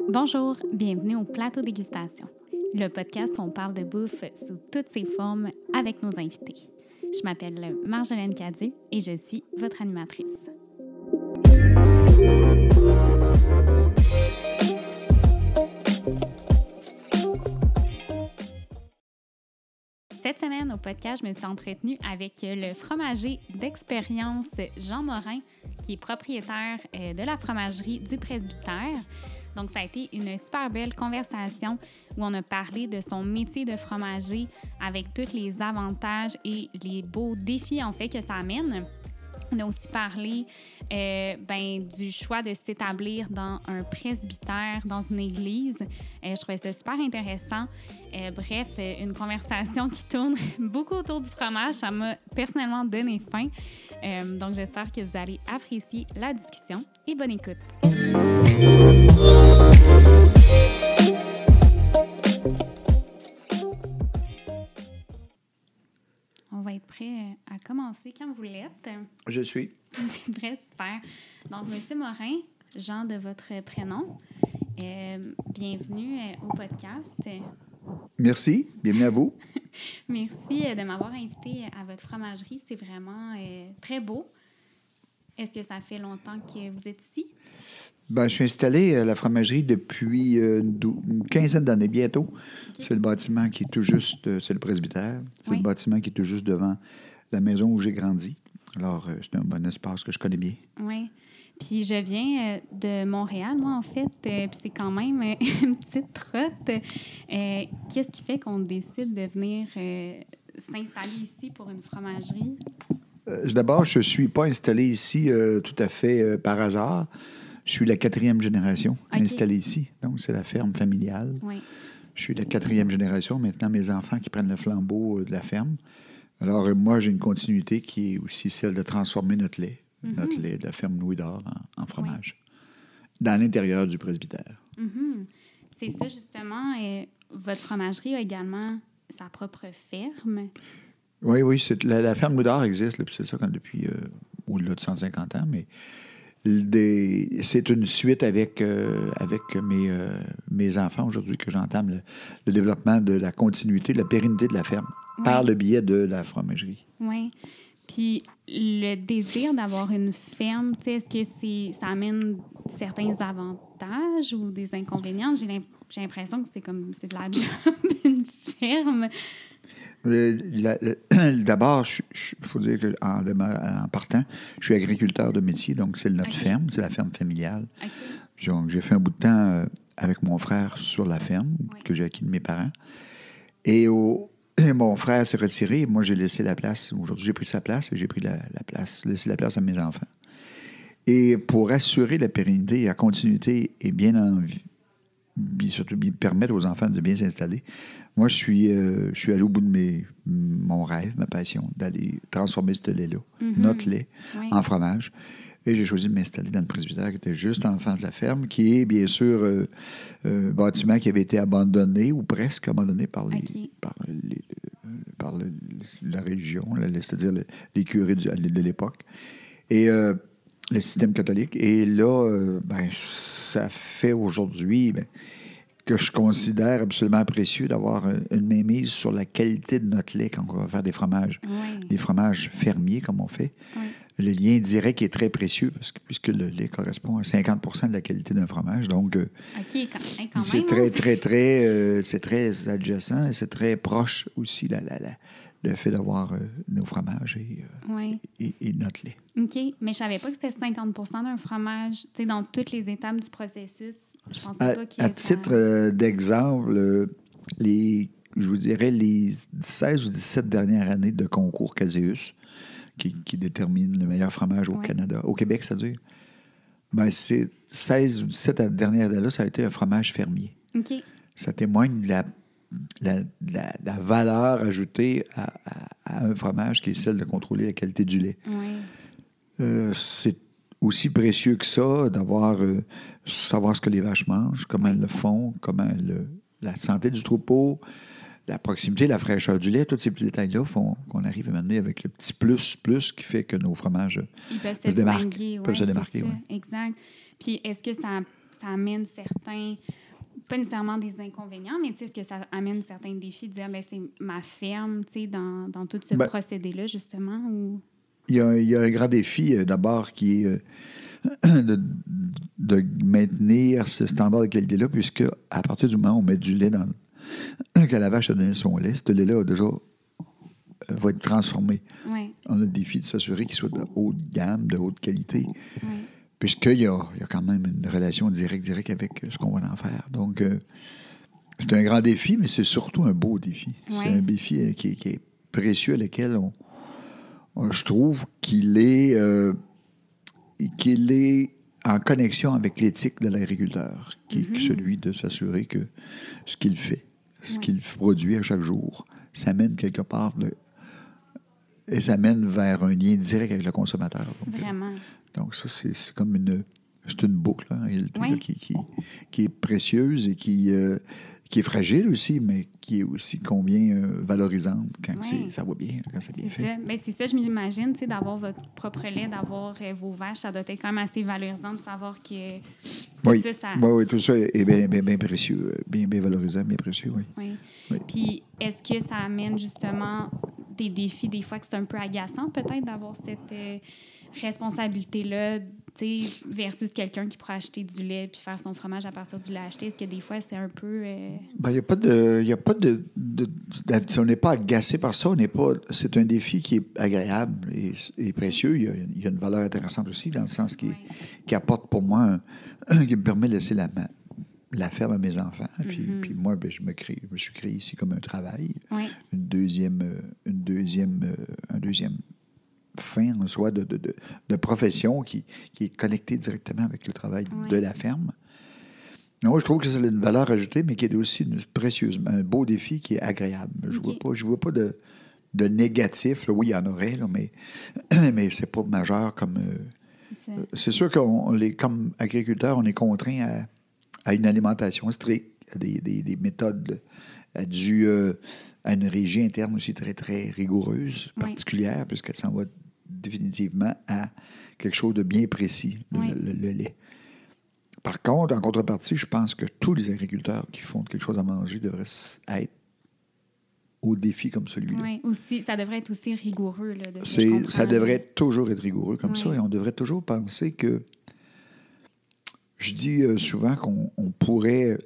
Bonjour, bienvenue au Plateau Dégustation, le podcast où on parle de bouffe sous toutes ses formes avec nos invités. Je m'appelle Marjolaine Cadieux et je suis votre animatrice. Cette semaine, au podcast, je me suis entretenue avec le fromager d'expérience Jean Morin, qui est propriétaire de la fromagerie du Presbytère. Donc, ça a été une super belle conversation où on a parlé de son métier de fromager avec tous les avantages et les beaux défis, en fait, que ça amène. On a aussi parlé du choix de s'établir dans un presbytère, dans une église. Je trouvais ça super intéressant. Bref, une conversation qui tourne beaucoup autour du fromage. Ça m'a personnellement donné faim. Donc, j'espère que vous allez apprécier la discussion et bonne écoute. On va être prêt à commencer quand vous l'êtes. Je suis. C'est vrai, super. Donc, M. Morin, Jean de votre prénom, bienvenue au podcast. Merci. Bienvenue à vous. Merci de m'avoir invité à votre fromagerie. C'est vraiment très beau. Est-ce que ça fait longtemps que vous êtes ici? Je suis installé à la fromagerie depuis une quinzaine d'années, bientôt. Okay. C'est le bâtiment qui est tout juste, c'est le presbytère. C'est le bâtiment qui est tout juste devant la maison où j'ai grandi. Alors, c'est un bon espace que je connais bien. Oui. Puis je viens de Montréal, moi, en fait. Puis c'est quand même une petite trotte. Qu'est-ce qui fait qu'on décide de venir s'installer ici pour une fromagerie? D'abord, je ne suis pas installé ici tout à fait par hasard. Je suis la 4e génération installée ici. Donc, c'est la ferme familiale. Oui. Je suis la 4e génération. Maintenant, mes enfants qui prennent le flambeau de la ferme. Alors, moi, j'ai une continuité qui est aussi celle de transformer notre lait, notre lait de la ferme Louis d'Or en fromage, dans l'intérieur du presbytère. Mm-hmm. C'est ça, justement. Votre fromagerie a également sa propre ferme. Oui. La ferme Louis d'Or existe, là, c'est ça depuis au-delà de 150 ans, mais c'est une suite avec mes enfants aujourd'hui que j'entame le développement de la continuité, de la pérennité de la ferme par le biais de la fromagerie. Oui. Puis le désir d'avoir une ferme, est-ce que ça amène certains avantages ou des inconvénients? J'ai l'impression que c'est de la job, une ferme. D'abord, il faut dire qu'en partant, je suis agriculteur de métier, donc c'est notre ferme, c'est la ferme familiale. Okay. Donc, j'ai fait un bout de temps avec mon frère sur la ferme que j'ai acquis de mes parents. Et mon frère s'est retiré et moi, j'ai laissé la place. Aujourd'hui, j'ai pris sa place et j'ai pris laissé la place à mes enfants. Et pour assurer la pérennité et la continuité et surtout permettre aux enfants de bien s'installer, moi, je suis allé au bout de mon rêve, ma passion, d'aller transformer ce lait-là, notre lait, en fromage. Et j'ai choisi de m'installer dans le presbytère qui était juste en face de la ferme, qui est bien sûr un bâtiment qui avait été abandonné ou presque abandonné par la religion, c'est-à-dire les curés de l'époque. Et le système catholique. Et là, ça fait aujourd'hui que je considère absolument précieux d'avoir une mainmise sur la qualité de notre lait quand on va faire des fromages. Des fromages fermiers, comme on fait. Le lien direct est très précieux puisque le lait correspond à 50 % de la qualité d'un fromage. Donc, quand même, c'est très adjacent et c'est très proche aussi le fait d'avoir nos fromages et notre lait. OK, mais je ne savais pas que c'était 50 % d'un fromage, dans toutes les étapes du processus. Je pensais pas que à titre d'exemple, je vous dirais les 16 ou 17 dernières années de concours Caseus, qui détermine le meilleur fromage au Canada, au Québec, c'est-à-dire, c'est 16 ou 17 dernières années-là, ça a été un fromage fermier. OK. Ça témoigne de la valeur ajoutée à un fromage qui est celle de contrôler la qualité du lait. C'est aussi précieux que ça d'avoir savoir ce que les vaches mangent, comment elles le font, la santé du troupeau, la proximité, la fraîcheur du lait, tous ces petits détails-là font qu'on arrive à mener avec le petit plus qui fait que nos fromages peuvent se démarquer. Peuvent se démarquer, oui. Exact. Puis est-ce que ça ça amène certains, pas nécessairement des inconvénients, mais est-ce que ça amène certains défis de dire, bien, c'est ma ferme, dans tout ce procédé-là, justement? Ou... Il y a un grand défi, d'abord, qui est de maintenir ce standard de qualité-là, puisque à partir du moment où on met du lait dans que la vache a donné son lait, ce lait-là va être transformé. Oui. On a le défi de s'assurer qu'il soit de haute gamme, de haute qualité, oui. puisqu'il y a quand même une relation directe avec ce qu'on va en faire. Donc, c'est un grand défi, mais c'est surtout un beau défi. Oui. C'est un défi qui est précieux, à lequel je trouve qu'il est en connexion avec l'éthique de l'agriculteur, qui est celui de s'assurer que ce qu'il fait, ce qu'il produit à chaque jour, ça mène quelque part et ça mène vers un lien direct avec le consommateur. Donc, vraiment. Donc ça, c'est comme une boucle, en réalité, là, qui est précieuse et qui est fragile aussi, mais qui est aussi combien valorisante quand ça va bien, quand c'est bien fait. Bien, c'est ça, je m'imagine, d'avoir votre propre lait, d'avoir vos vaches, ça doit être quand même assez valorisant de savoir que tout ça... Oui, tout ça est bien précieux, bien valorisant, bien précieux, oui. Puis, est-ce que ça amène justement des défis, des fois que c'est un peu agaçant peut-être d'avoir cette responsabilité-là, versus quelqu'un qui pourrait acheter du lait puis faire son fromage à partir du lait acheté? Est-ce que des fois, c'est un peu... Il n'y a pas de on n'est pas agacé par ça. C'est un défi qui est agréable et précieux. Il y a une valeur intéressante aussi, dans le sens qui apporte pour moi, qui me permet de laisser la ferme à mes enfants. Puis moi, je me suis créé ici comme un travail. Oui. Un deuxième fin en soi de profession qui est connectée directement avec le travail de la ferme. Moi, je trouve que c'est une valeur ajoutée, mais qui est aussi un beau défi qui est agréable. Je ne vois pas de négatif. Là. Oui, il y en aurait, là, mais c'est pas majeur comme... c'est sûr comme agriculteurs, on est contraint à une alimentation stricte, à des méthodes, à une régie interne aussi très, très rigoureuse, particulière, puisqu'elle s'en va définitivement à quelque chose de bien précis, le lait. Par contre, en contrepartie, je pense que tous les agriculteurs qui font quelque chose à manger devraient être au défi comme celui-là. Oui, aussi, ça devrait être aussi rigoureux. Là, ça devrait toujours être rigoureux comme ça, et on devrait toujours penser que... Je dis souvent qu'on pourrait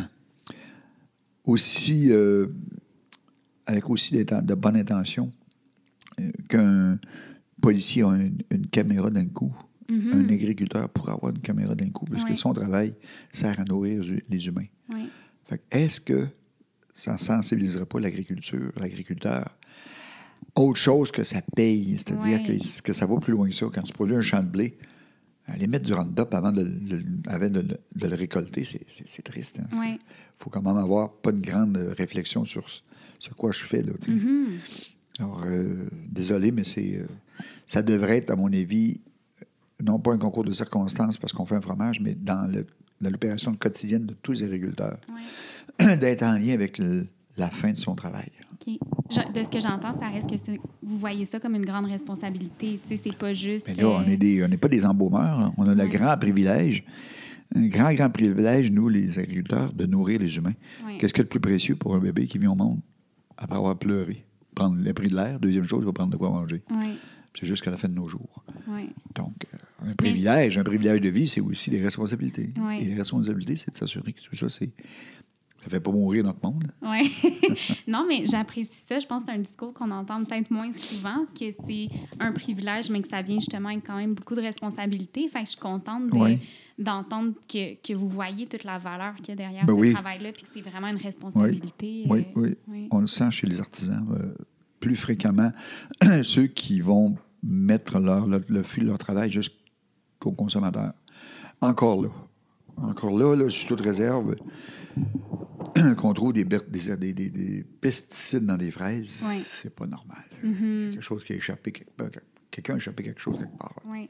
aussi, avec aussi de bonnes intentions, qu'un policier a une caméra d'un coup. Un agriculteur pourrait avoir une caméra d'un coup, puisque son travail sert à nourrir les humains. Oui. Fait, est-ce que ça ne sensibiliserait pas l'agriculteur, autre chose que ça paye, c'est-à-dire que ça va plus loin que ça. Quand tu produis un champ de blé, aller mettre du Roundup avant de le récolter, c'est triste. Il faut quand même avoir pas une grande réflexion sur ce quoi je fais. Là, Alors, désolé, mais ça devrait être, à mon avis, non pas un concours de circonstances parce qu'on fait un fromage, mais dans l'opération quotidienne de tous les agriculteurs, d'être en lien avec la fin de son travail. Okay. De ce que j'entends, ça reste que vous voyez ça comme une grande responsabilité. C'est pas juste... Mais là, on n'est pas des embaumeurs. Hein. On a le grand privilège, un grand privilège, nous, les agriculteurs, de nourrir les humains. Oui. Qu'est-ce qui est le plus précieux pour un bébé qui vient au monde après avoir pleuré? Prendre le prix de l'air. Deuxième chose, il va prendre de quoi manger. Oui. C'est jusqu'à la fin de nos jours. Oui. Donc, un privilège de vie, c'est aussi des responsabilités. Oui. Et les responsabilités, c'est de s'assurer que tout ça, ça ne fait pas mourir notre monde. Oui. Non, mais j'apprécie ça. Je pense que c'est un discours qu'on entend peut-être moins souvent, que c'est un privilège, mais que ça vient justement avec quand même beaucoup de responsabilités. Fait que je suis contente d'entendre que vous voyez toute la valeur qu'il y a derrière ce travail-là, puis que c'est vraiment une responsabilité. Oui. On le sent chez les artisans plus fréquemment. Ceux qui vont mettre le fil de leur travail jusqu'au consommateur. Encore là, sous toute réserve, qu'on trouve des pesticides dans des fraises, c'est pas normal. C'est quelque chose qui a échappé quelqu'un a échappé quelque chose quelque part. Oui.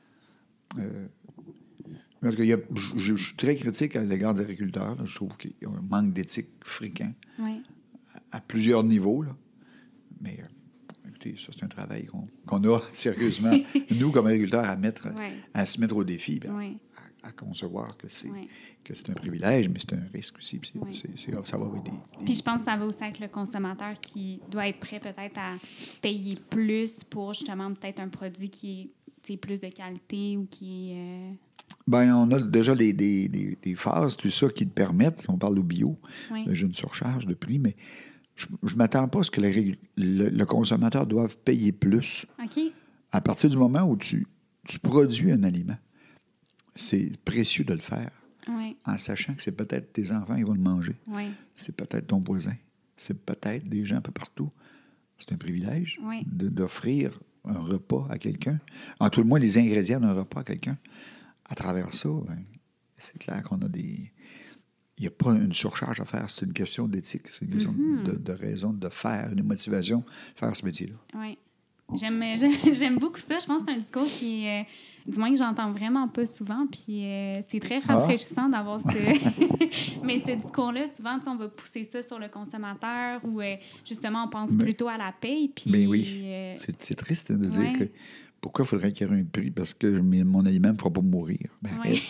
Je suis très critique à l'égard des agriculteurs. Là. Je trouve qu'il y a un manque d'éthique fréquent à plusieurs niveaux. Là. Mais écoutez, ça, c'est un travail qu'on a sérieusement, nous, comme agriculteurs, à se mettre au défi. à concevoir que c'est Oui. un privilège, mais c'est un risque aussi. Puis Oui. ça va avec des... Puis je pense que ça va aussi avec le consommateur qui doit être prêt peut-être à payer plus pour justement peut-être un produit qui est plus de qualité ou qui est... Bien, on a déjà des phases, tout ça, qui te permettent, on parle au bio, Oui. j'ai une surcharge de prix, mais je ne m'attends pas à ce que le consommateur doive payer plus. OK. À partir du moment où tu produis un aliment, c'est précieux de le faire, Oui. en sachant que c'est peut-être tes enfants qui vont le manger. Oui. C'est peut-être ton voisin. C'est peut-être des gens un peu partout. C'est un privilège Oui. d'offrir un repas à quelqu'un. En tout le moins, les ingrédients d'un repas à quelqu'un. À travers ça, ben, c'est clair qu'on a des... Il n'y a pas une surcharge à faire. C'est une question d'éthique. C'est une question de raison de faire, une motivation de faire ce métier-là. Oui. J'aime beaucoup ça. Je pense que c'est un discours qui est, du moins que j'entends vraiment pas souvent. Puis c'est très rafraîchissant d'avoir ce... Mais ce discours-là, souvent, on va pousser ça sur le consommateur ou justement, on pense plutôt à la paye. Puis, bien oui. C'est triste de dire que pourquoi faudrait qu'il y ait un prix? Parce que mon aliment ne me fera pas mourir. Ben,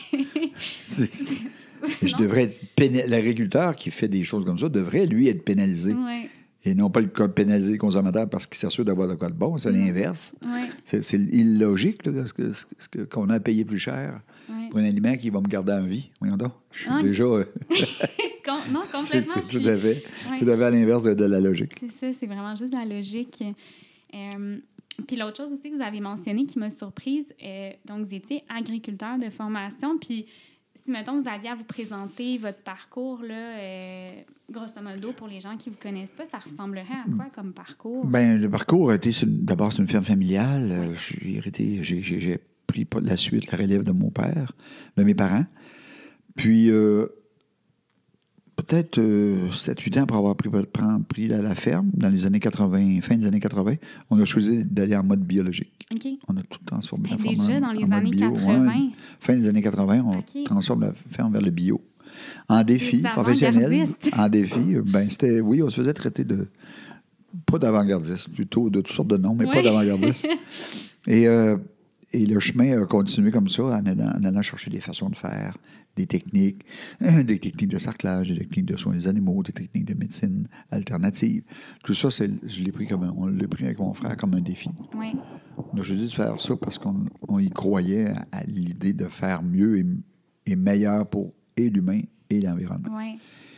je devrais être l'agriculteur qui fait des choses comme ça devrait, lui, être pénalisé. Oui. Et non pas pénaliser le consommateur parce qu'il s'assure d'avoir de quoi de bon. C'est l'inverse. Oui. C'est illogique là, qu'on a à payer plus cher pour un aliment qui va me garder en vie. Voyons donc. Je suis déjà... non, complètement. C'est tout à fait à l'inverse de la logique. C'est ça, c'est vraiment juste de la logique. Puis l'autre chose aussi que vous avez mentionné qui m'a surprise, donc vous étiez agriculteur de formation, puis si, mettons, vous aviez à vous présenter votre parcours, là, grosso modo, pour les gens qui ne vous connaissent pas, ça ressemblerait à quoi comme parcours? Bien, le parcours a été... D'abord, c'est une ferme familiale. J'ai pris la suite, la relève de mon père, de mes parents. Puis... peut-être 7-8 ans pour avoir pris la ferme, dans les années 80, fin des années 80, on a choisi d'aller en mode biologique. OK. On a tout transformé la ferme déjà dans les années 80? Ouais, fin des années 80, on transforme la ferme vers le bio. En défi professionnel, en défi, ben c'était, oui, on se faisait traiter de, pas d'avant-gardiste, plutôt de toutes sortes de noms, mais pas d'avant-gardiste. Et le chemin a continué comme ça, en allant chercher des façons de faire, des techniques de sarclage, des techniques de soins des animaux, des techniques de médecine alternative. Tout ça, on l'a pris avec mon frère comme un défi. Oui. On a choisi de faire ça parce qu'on y croyait à l'idée de faire mieux et meilleur pour et l'humain et l'environnement. Oui.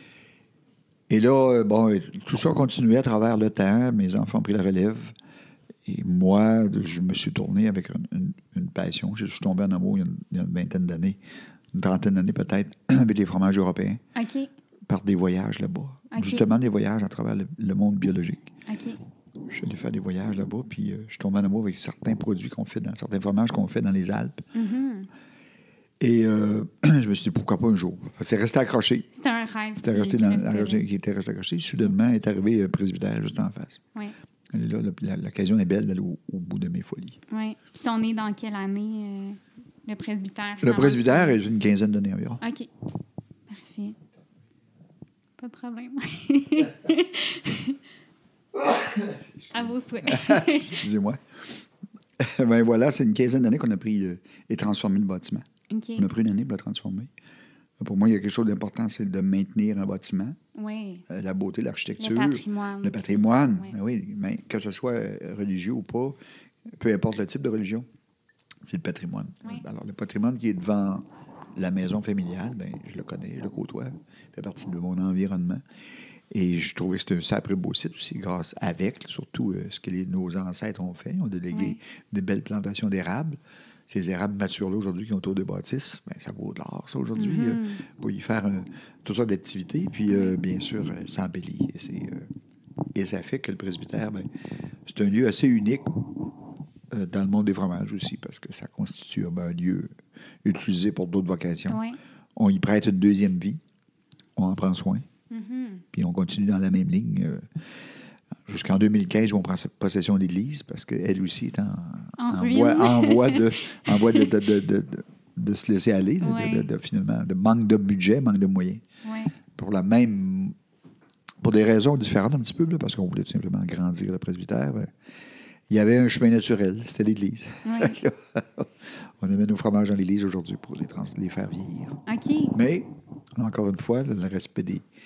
Et là, tout ça a continué à travers le temps. Mes enfants ont pris la relève. Et moi, je me suis tourné avec une passion. Je suis tombé en amour il y a une vingtaine d'années, une trentaine d'années peut-être, avec les fromages européens. OK. Par des voyages là-bas. Okay. Justement, des voyages à travers le monde biologique. OK. Je suis allé faire des voyages là-bas, puis je suis tombé en amour avec certains produits certains fromages qu'on fait dans les Alpes. Mm-hmm. Et je me suis dit, pourquoi pas un jour? C'est resté accroché. C'était un rêve. C'était resté qui était resté accroché. Soudainement, est arrivé un presbytère juste en face. Oui. Et là, l'occasion est belle d'aller au bout de mes folies. Oui. Puis on est dans quelle année, le presbytère? Le presbytère est une quinzaine d'années environ. OK. Parfait. Pas de problème. À vos souhaits. Excusez-moi. Ben voilà, c'est une quinzaine d'années qu'on a pris et transformé le bâtiment. Okay. On a pris une année pour le transformer. Pour moi, il y a quelque chose d'important, c'est de maintenir un bâtiment. Oui. La beauté, l'architecture. Le patrimoine. Le patrimoine, oui. Ben oui, mais que ce soit religieux ou pas, peu importe le type de religion, c'est le patrimoine. Oui. Alors, le patrimoine qui est devant la maison familiale, ben, je le connais, je le côtoie, il fait partie de mon environnement. Et je trouvais que c'était un sacré beau site aussi, surtout ce que nos ancêtres ont fait. Ils ont délégué des belles plantations d'érables. Ces érables matures-là, aujourd'hui, qui ont autour des bâtisses, bien, ça vaut de l'or, ça, aujourd'hui, pour y faire toutes sortes d'activités. Puis, bien sûr, ça embellit. Et ça fait que le presbytère, bien, c'est un lieu assez unique dans le monde des fromages aussi, parce que ça constitue un lieu utilisé pour d'autres vocations. Oui. On y prête une deuxième vie. On en prend soin. Mm-hmm. Puis on continue dans la même ligne jusqu'en 2015 où on prend possession de l'Église parce qu'elle aussi est en voie de se laisser aller, finalement, de manque de budget, manque de moyens. Oui. Pour des raisons différentes un petit peu, là, parce qu'on voulait tout simplement grandir le presbytère. il y avait un chemin naturel, c'était l'Église. Oui. On amène nos fromages dans l'Église aujourd'hui pour les faire vieillir. OK. Mais, encore une fois, le respect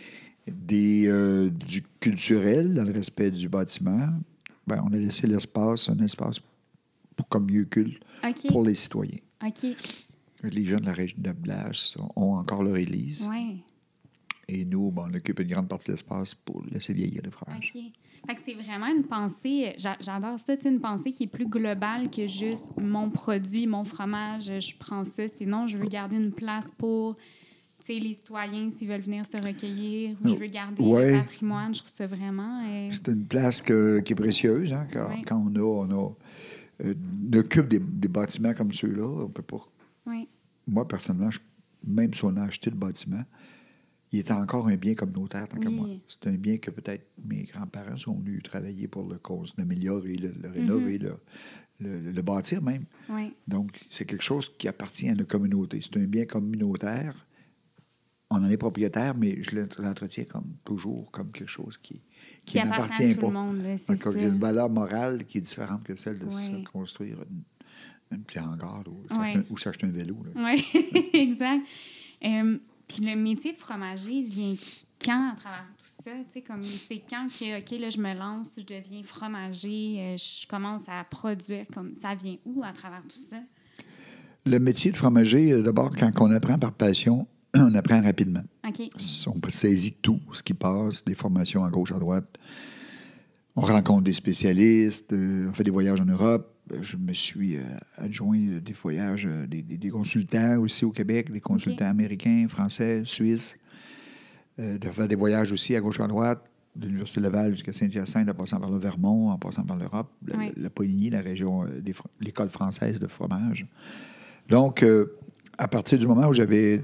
du culturel, dans le respect du bâtiment, ben, on a laissé un espace comme lieu culte OK. pour les citoyens. OK. Les jeunes de la région de Blache ont encore leur église. Oui. Et nous, ben, on occupe une grande partie de l'espace pour laisser vieillir le fromages. OK. Fait que c'est vraiment une pensée, j'adore ça, une pensée qui est plus globale que juste mon produit, mon fromage, je prends ça. Sinon, je veux garder une place pour les citoyens s'ils veulent venir se recueillir, ou je veux garder le patrimoine. Je trouve ça vraiment... C'est une place qui est précieuse. Hein, quand on occupe des bâtiments comme ceux-là, on peut pas... Oui. Moi, personnellement, même si on a acheté le bâtiment, il est encore un bien communautaire tant qu'à moi. C'est un bien que peut-être mes grands-parents sont venus travailler pour l'améliorer, le rénover, le bâtir même. Oui. Donc, c'est quelque chose qui appartient à la communauté. C'est un bien communautaire. On en est propriétaire, mais je l'entretiens toujours comme quelque chose qui ne m'appartient pas. Tout le monde, là, c'est ça. Il y a une valeur morale qui est différente que celle de se construire un petit hangar ou s'acheter un vélo. Oui, exact. Puis le métier de fromager vient quand à travers tout ça? C'est quand que, OK, là, je me lance, je deviens fromager, je commence à produire. Ça vient où à travers tout ça? Le métier de fromager, d'abord, quand on apprend par passion, on apprend rapidement. OK. On saisit tout ce qui passe, des formations à gauche, à droite. On rencontre des spécialistes, on fait des voyages en Europe. Je me suis adjoint des voyages, des consultants aussi au Québec, des consultants américains, français, suisses. De faire des voyages aussi à gauche, à droite, de l'Université Laval jusqu'à Saint-Hyacinthe, en passant par le Vermont, en passant par l'Europe, la Poligny, la région, l'école française de fromage. Donc, à partir du moment où j'ai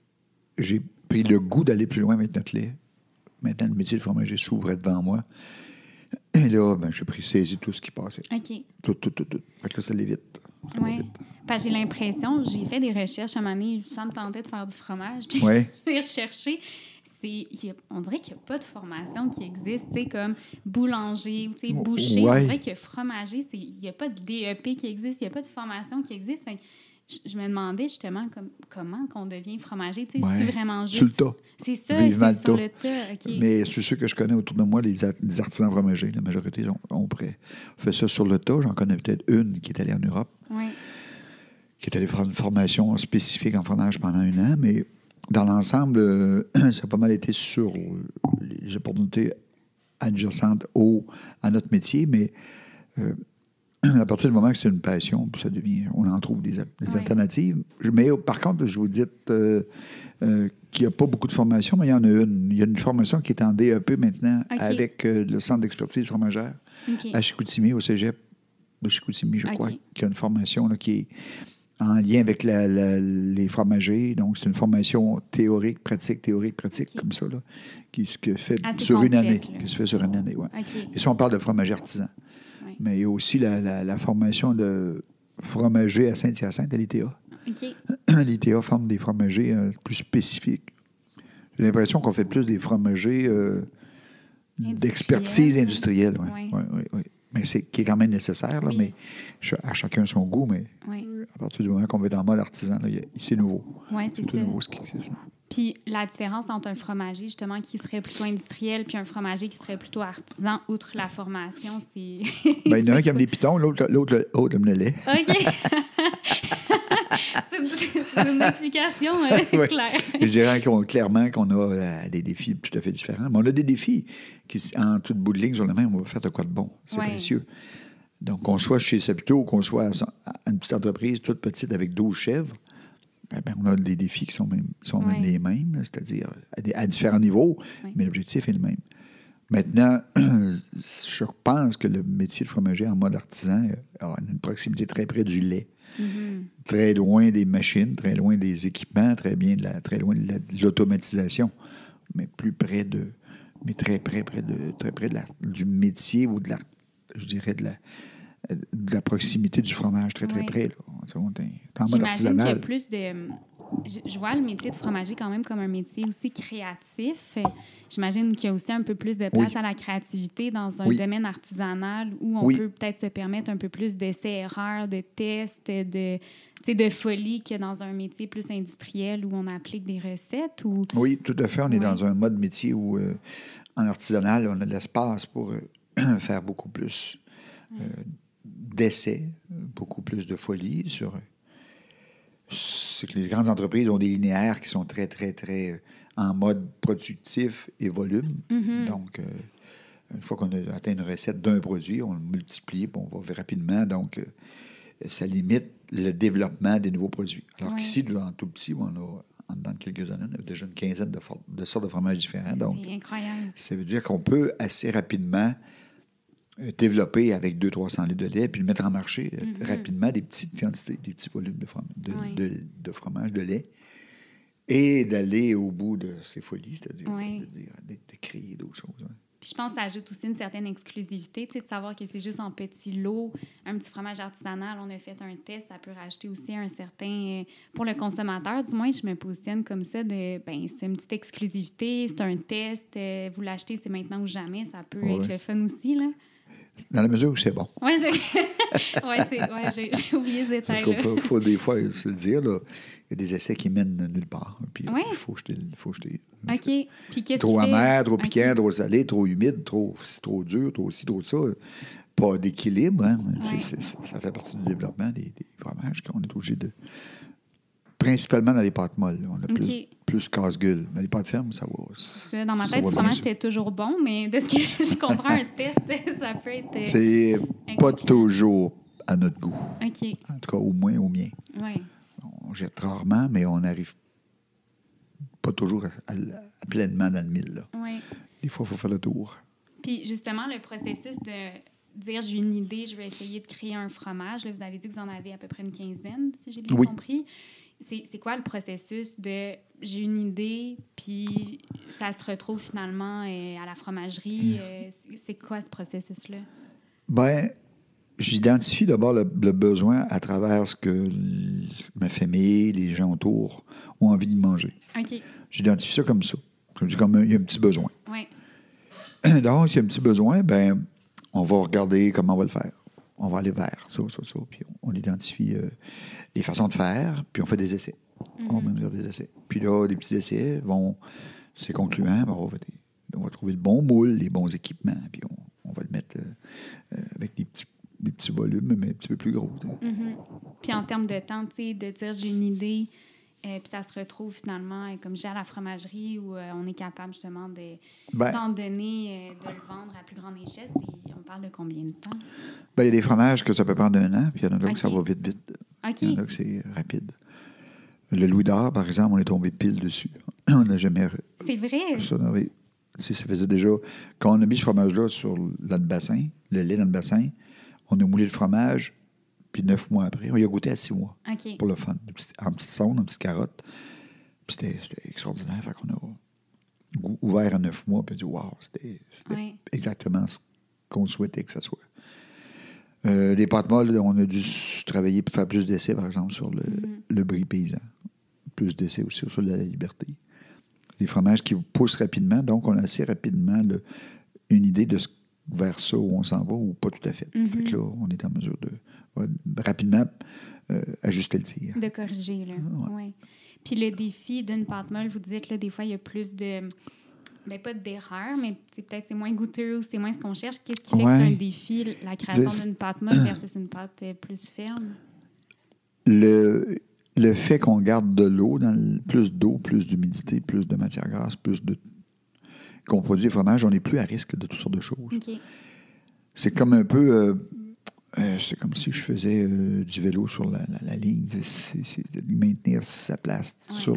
pris le goût d'aller plus loin avec notre lait, maintenant, le métier de fromager s'ouvrait devant moi. Et là, j'ai saisi tout ce qui passait. OK. Tout. Fait que là, ça allait vite. Oui. Parce que j'ai l'impression, j'ai fait des recherches à un moment donné, ça me tentait de faire du fromage. Puis j'ai recherché. On dirait qu'il n'y a pas de formation qui existe, comme boulanger, boucher. On dirait que fromager, il n'y a pas de DEP qui existe, il n'y a pas de formation qui existe. Fait que je me demandais justement comment qu'on devient fromager. C'est vraiment juste... Sur le tas. C'est ça, Vivement c'est sur le tas. Okay. Mais c'est ceux que je connais autour de moi, les artisans fromagers, la majorité ont fait ça sur le tas. J'en connais peut-être une qui est allée en Europe, qui est allée faire une formation spécifique en fromage pendant 1 an, mais dans l'ensemble, ça a pas mal été sur les opportunités adjacentes à notre métier, mais... à partir du moment que c'est une passion, ça devient, on en trouve des alternatives. Mais par contre, je vous dis qu'il n'y a pas beaucoup de formations, mais il y en a une. Il y a une formation qui est en DEP maintenant avec le Centre d'expertise fromagère à Chicoutimi, au cégep de Chicoutimi, je crois, qui a une formation là, qui est en lien avec les fromagers. Donc, c'est une formation théorique, pratique, comme ça, là, qui se fait sur une année. Qui se fait sur une année, oui. Et ça, on parle de fromager artisan. Mais il y a aussi la formation de fromager à Saint-Hyacinthe, à l'ITA. L'ITA forme des fromagers plus spécifiques. J'ai l'impression qu'on fait plus des fromagers d'expertise industrielle. Oui. Mais qui est quand même nécessaire, là, mais à chacun son goût. Mais à partir du moment qu'on va dans le mode artisan, là, c'est nouveau. Oui, c'est tout ça. Nouveau, ce qui existe. Puis la différence entre un fromager, justement, qui serait plutôt industriel, puis un fromager qui serait plutôt artisan, outre la formation, c'est... Il y en a un qui aime les pitons, l'autre aime le lait. OK. c'est une explication claire. Je dirais clairement qu'on a des défis tout à fait différents. Mais on a des défis qui, en toute bout de ligne, sur le même, on va faire de quoi de bon. C'est précieux. Donc, qu'on soit chez Saputo ou qu'on soit à une petite entreprise toute petite avec 12 chèvres, on a des défis qui sont même les mêmes, c'est-à-dire à différents niveaux, mais l'objectif est le même. Maintenant, je pense que le métier de fromager en mode artisan a une proximité très près du lait. Très loin des machines, très loin des équipements, très loin de l'automatisation, mais plus près mais très près du métier ou je dirais de la proximité du fromage, très près. Là. J'imagine qu'il y a plus je vois le métier de fromager quand même comme un métier aussi créatif. J'imagine qu'il y a aussi un peu plus de place à la créativité dans un domaine artisanal où on peut peut-être se permettre un peu plus d'essais-erreurs, de tests, de folie que dans un métier plus industriel où on applique des recettes. Ou... Oui, tout à fait. On est dans un mode métier où, en artisanal, on a de l'espace pour faire beaucoup plus d'essais, beaucoup plus de folie sur... C'est que les grandes entreprises ont des linéaires qui sont très, très, très en mode productif et volume. Donc, une fois qu'on a atteint une recette d'un produit, on le multiplie, puis on va rapidement. Donc, ça limite le développement des nouveaux produits. Alors qu'ici, en tout petit, dans quelques années, on a déjà une quinzaine de sortes de fromages différents. Donc, c'est incroyable. Ça veut dire qu'on peut assez rapidement développer avec 200-300 litres de lait puis le mettre en marché rapidement des petites quantités, des petits volumes de fromage, de lait, et d'aller au bout de ces folies, c'est-à-dire de créer d'autres choses. Ouais. Puis je pense que ça ajoute aussi une certaine exclusivité, de savoir que c'est juste en petits lots, un petit fromage artisanal. On a fait un test, ça peut rajouter aussi un certain... pour le consommateur, du moins, je me positionne comme ça, c'est une petite exclusivité, c'est un test, vous l'achetez, c'est maintenant ou jamais, ça peut être le fun aussi, là. Dans la mesure où c'est bon. Oui, j'ai oublié ce détail-là. Parce qu'il faut des fois se le dire, là, il y a des essais qui mènent nulle part. Puis il faut jeter. OK. Puis qu'est-ce trop amer, trop piquant, trop salé, trop humide, trop dur, trop ci, trop ça. Pas d'équilibre. Hein? Ça fait partie du développement des fromages qu'on est obligé de... Principalement dans les pâtes molles. On a plus casse-gueule. Mais les pâtes fermes, ça va. Dans ma tête, du fromage était toujours bon, mais de ce que je comprends, un test, ça peut être. C'est pas toujours à notre goût. OK. En tout cas, au moins au mien. Oui. On jette rarement, mais on n'arrive pas toujours pleinement dans le mille. Là. Oui. Des fois, il faut faire le tour. Puis, justement, le processus de dire j'ai une idée, je vais essayer de créer un fromage. Là, vous avez dit que vous en avez à peu près une quinzaine, si j'ai bien compris. C'est quoi le processus de j'ai une idée, puis ça se retrouve finalement à la fromagerie? C'est quoi ce processus-là? Bien, j'identifie d'abord le besoin à travers ce que ma famille, les gens autour ont envie de manger. OK. J'identifie ça comme ça. Comme il y a un petit besoin. Oui. Donc, s'il y a un petit besoin, bien, on va regarder comment on va le faire. On va aller vers ça, puis on identifie les façons de faire, puis on fait des essais. On va faire des essais. Puis là, les petits essais c'est concluant, on va trouver le bon moule, les bons équipements, puis on va le mettre avec des petits volumes, mais un petit peu plus gros. Puis en termes de temps, tu sais, de dire j'ai une idée, puis ça se retrouve finalement, comme j'ai à la fromagerie, où on est capable justement d'en donner, de le vendre à plus grande échelle. On parle de combien de temps? Bien, il y a des fromages que ça peut prendre 1 an, puis il y en a d'autres que ça va vite. OK. Il y en a que c'est rapide. Le Louis d'Or, par exemple, on est tombé pile dessus. On n'a jamais... C'est vrai? Ça faisait déjà... Quand on a mis ce fromage-là dans le bassin, le lait dans le bassin, on a moulé le fromage, puis 9 mois après, on y a goûté à 6 mois. OK. Pour le fun. En petite sonde, en petite carotte. Puis c'était extraordinaire. Fait qu'on a ouvert à 9 mois, puis on a dit, wow, c'était exactement ce qu'on souhaitait que ça soit. Les pâtes molles, on a dû travailler pour faire plus d'essais, par exemple, sur le brie paysan. Plus d'essais aussi sur la liberté. Des fromages qui poussent rapidement, donc on a assez rapidement une idée de vers ça où on s'en va ou pas tout à fait. Fait que là, on est en mesure de rapidement ajuster le tir. De corriger, là. Ouais. Puis le défi d'une pâte molle, vous dites, là, des fois, il y a plus de... Bien, pas d'erreur, mais peut-être c'est moins goûteux ou c'est moins ce qu'on cherche. Qu'est-ce qui fait que c'est un défi, la création d'une pâte molle versus une pâte plus ferme? Le fait qu'on garde de l'eau, plus d'eau, plus d'humidité, plus de matière grasse, qu'on produit des fromages, on est plus à risque de toutes sortes de choses. Okay. C'est comme un peu... c'est comme si je faisais du vélo sur la ligne. C'est de maintenir sa place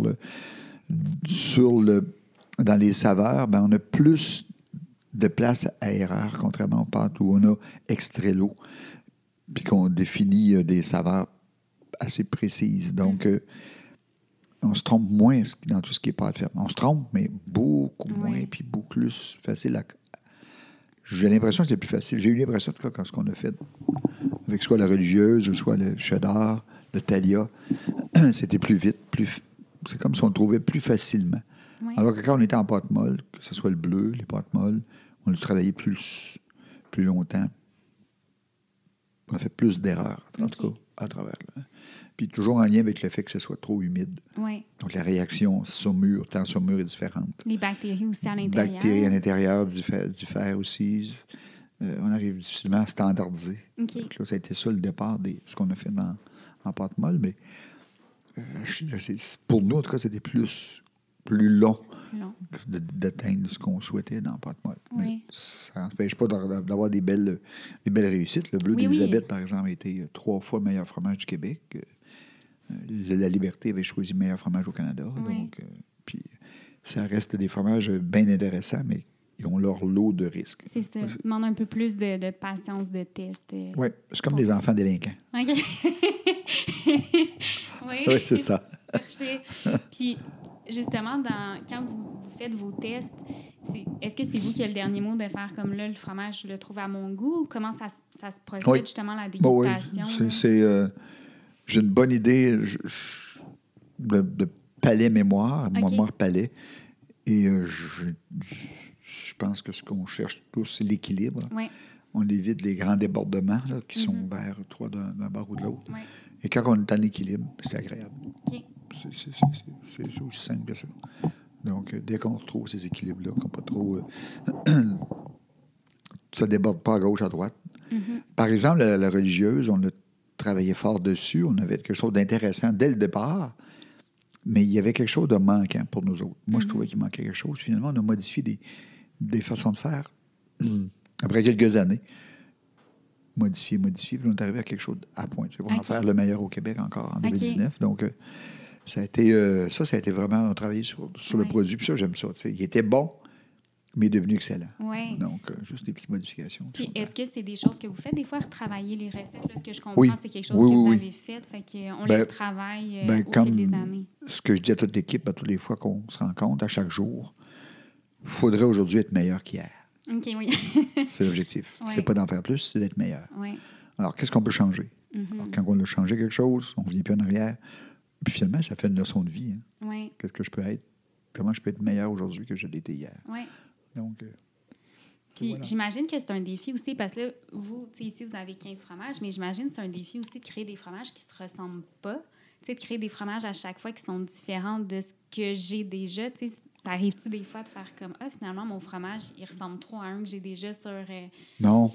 dans les saveurs. Ben, on a plus de place à erreur, contrairement aux pâtes où on a extrait l'eau, puis qu'on définit des saveurs assez précises. Donc, on se trompe moins dans tout ce qui est pâte ferme. On se trompe, mais beaucoup moins, puis beaucoup plus facile à... J'ai l'impression que c'est plus facile. J'ai eu l'impression, en tout cas, quand ce qu'on a fait avec soit la religieuse ou soit le cheddar, le thalia, c'était plus vite, c'est comme si on le trouvait plus facilement. Oui. Alors que quand on était en pâte molle, que ce soit le bleu, les pâtes molles, on a travaillé plus longtemps. On a fait plus d'erreurs, en tout cas, à travers. Là. Puis toujours en lien avec le fait que ce soit trop humide. Oui. Donc la réaction saumure, temps saumure est différente. Les bactéries aussi à Les l'intérieur. bactéries à l'intérieur diffèrent aussi. On arrive difficilement à standardiser. OK. Donc là, ça a été ça le départ de ce qu'on a fait en pâte molle, mais pour nous, en tout cas, c'était plus long d'atteindre ce qu'on souhaitait dans la pâte molle. Oui. Mais ça n'empêche pas d'avoir des belles réussites. Le bleu d'Élisabeth, par exemple, a été 3 fois le meilleur fromage du Québec. La Liberté avait choisi le meilleur fromage au Canada. Oui. Donc, puis ça reste des fromages bien intéressants, mais ils ont leur lot de risques. C'est ça. Ça demande un peu plus de patience de test. Oui, c'est comme des enfants délinquants. OK. Oui, c'est ça. Parfait. Puis, justement, quand vous faites vos tests, est-ce que c'est vous qui avez le dernier mot de faire comme là, le fromage, je le trouve à mon goût? Ou comment ça se procède, justement, la dégustation? Oui. J'ai une bonne idée de palais-mémoire, mémoire-palais. Et je pense que ce qu'on cherche tous, c'est l'équilibre. Oui. On évite les grands débordements là, qui sont vers trois d'un bord ou de l'autre. Oui. Et quand on est en équilibre, c'est agréable. OK. C'est aussi simple que ça. Donc, dès qu'on retrouve ces équilibres-là, qu'on pas trop... ça ne déborde pas à gauche, à droite. Par exemple, la religieuse, on a travaillé fort dessus. On avait quelque chose d'intéressant dès le départ, mais il y avait quelque chose de manquant pour nous autres. Moi, je trouvais qu'il manquait quelque chose. Finalement, on a modifié des façons de faire. Après quelques années, modifié, puis on est arrivé à quelque chose à point. On va en faire le meilleur au Québec encore en 2019. Donc, ça a été vraiment, on a travaillé sur le produit. Puis ça, j'aime ça. Il était bon, mais il est devenu excellent. Oui. Donc, juste des petites modifications. Puis, est-ce que c'est des choses que vous faites des fois, retravailler les recettes? Là, ce que je comprends, c'est quelque chose que vous avez fait. Fait qu'on les retravaille au fil des années. Ce que je dis à toute l'équipe, à toutes les fois qu'on se rencontre, à chaque jour, il faudrait aujourd'hui être meilleur qu'hier. OK, oui. C'est l'objectif. C'est pas d'en faire plus, c'est d'être meilleur. Oui. Alors, qu'est-ce qu'on peut changer? Alors, quand on a changé quelque chose, on ne revient plus en arrière. Puis finalement, ça fait une leçon de vie. Hein. Oui. Qu'est-ce que je peux être? Comment je peux être meilleur aujourd'hui que je l'étais hier? Oui. Donc, puis voilà. j'imagine que c'est un défi aussi, parce que là, vous, ici, vous avez 15 fromages, mais j'imagine que c'est un défi aussi de créer des fromages qui ne se ressemblent pas. Tu sais, de créer des fromages à chaque fois qui sont différents de ce que j'ai déjà. Tu sais, ça arrive-tu des fois de faire comme, finalement, mon fromage, il ressemble trop à un que j'ai déjà sur... Non.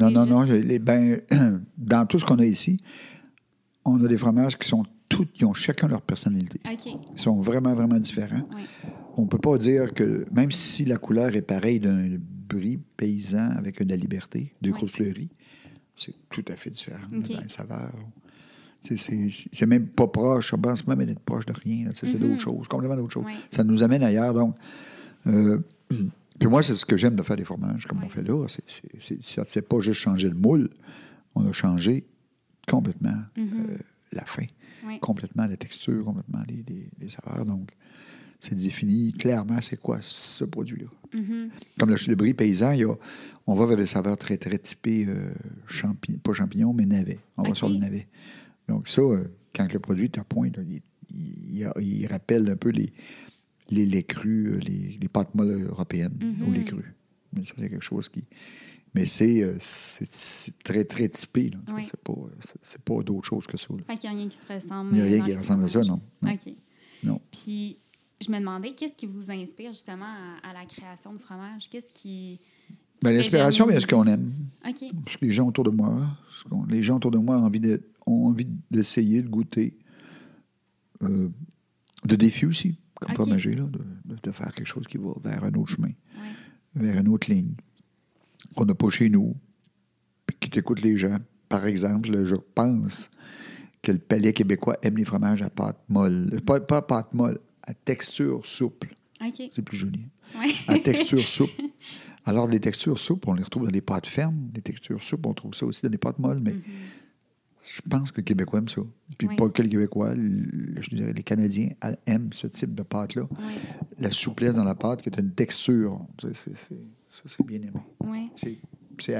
Dans tout ce qu'on a ici, on a des fromages qui ont chacun leur personnalité. OK. Ils sont vraiment, vraiment différents. Oui. On ne peut pas dire que, même si la couleur est pareille d'un brie paysan avec de la liberté, deux grosses fleuries, c'est tout à fait différent dans les saveurs. C'est même pas proche. On pense même d'être proche de rien. Là, c'est d'autres choses, complètement d'autres choses. Oui. Ça nous amène ailleurs. Donc, puis moi, c'est ce que j'aime de faire des fromages comme on fait là. C'est pas juste changer le moule. On a changé complètement la fin, complètement la texture, complètement les saveurs. Donc, c'est défini clairement c'est quoi ce produit-là. Comme le brie paysan, on va vers des saveurs très, très typées, pas champignons, mais navets. On va sur le navet. Donc ça, quand le produit est à point, là, il rappelle un peu les laits crus, les pâtes molles européennes ou les crus. Mais ça, c'est quelque chose qui... Mais c'est très, très typé. Là. Oui. C'est pas d'autre chose que ça. Là. Fait qu'il n'y a rien qui se ressemble. Il n'y a rien qui ressemble à ça, non. OK. Non. Puis, je me demandais, qu'est-ce qui vous inspire justement à la création de fromage? Qu'est-ce qui l'inspiration, bien ce qu'on aime. OK. Parce que les gens autour de moi, ont envie d'essayer, de goûter. De défis aussi, comme fromager, là, de faire quelque chose qui va vers un autre chemin, vers une autre ligne, qu'on n'a pas chez nous, puis qui t'écoute les gens. Par exemple, je pense que le palais québécois aime les fromages à pâte molle. Pas pâte molle, à texture souple. OK. C'est plus joli. Oui. À texture souple. Alors, les textures souples, on les retrouve dans des pâtes fermes. Les textures souples, on trouve ça aussi dans des pâtes molles, mais je pense que le Québécois aime ça. Puis pas que le Québécois, je dirais les Canadiens aiment ce type de pâte-là. Oui. La souplesse dans la pâte, qui est une texture. Ça, c'est bien aimé. Oui. C'est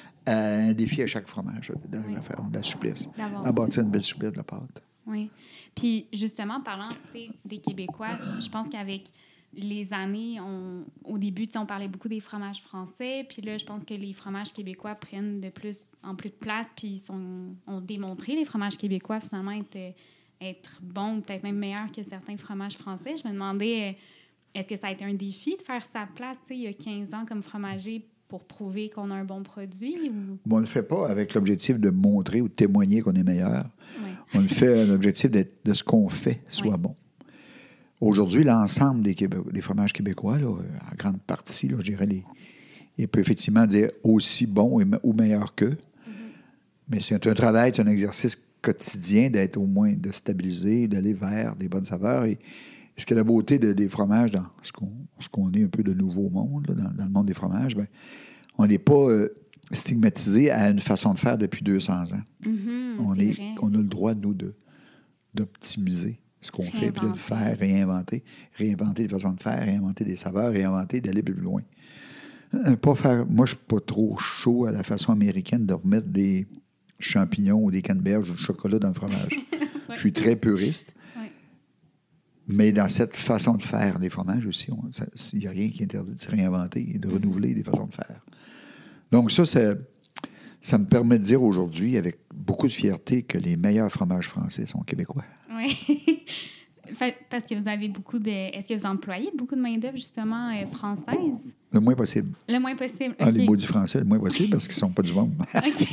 un défi à chaque fromage d'arriver à faire de la souplesse. À bâtir une belle souplesse de la pâte. Oui. Puis, justement, parlant des Québécois, je pense qu'avec les années, au début, on parlait beaucoup des fromages français. Puis là, je pense que les fromages québécois prennent de plus en plus de place. Puis ont démontré, les fromages québécois, finalement, être bons, peut-être même meilleurs que certains fromages français. Je me demandais, est-ce que ça a été un défi de faire sa place, il y a 15 ans, comme fromager pour prouver qu'on a un bon produit? Ou... Bon, on ne le fait pas avec l'objectif de montrer ou de témoigner qu'on est meilleur. Oui. On le fait avec l'objectif de ce qu'on fait soit bon. Aujourd'hui, l'ensemble des fromages québécois, là, en grande partie, là, je dirais, il peut effectivement dire aussi bon ou meilleur qu'eux. Mais c'est un travail, c'est un exercice quotidien d'être au moins, de stabiliser, d'aller vers des bonnes saveurs. Et ce qui est la beauté des fromages dans ce qu'on est un peu de nouveau monde, là, dans le monde des fromages, bien, on n'est pas stigmatisé à une façon de faire depuis 200 ans. On a le droit, nous, d'optimiser ce qu'on fait, puis de le faire, réinventer des façons de faire, réinventer des saveurs, réinventer, d'aller plus loin. Moi, je ne suis pas trop chaud à la façon américaine de remettre des champignons ou des canneberges ou du chocolat dans le fromage. Je suis très puriste. Mais dans cette façon de faire des fromages aussi, il n'y a rien qui interdit de se réinventer et de renouveler des façons de faire. Donc ça me permet de dire aujourd'hui, avec beaucoup de fierté, que les meilleurs fromages français sont québécois. Oui. Parce que vous avez Est-ce que vous employez beaucoup de main-d'œuvre, justement, française? Le moins possible. Le moins possible, OK. Ah, les maudits français, le moins possible, parce qu'ils ne sont pas du monde. OK.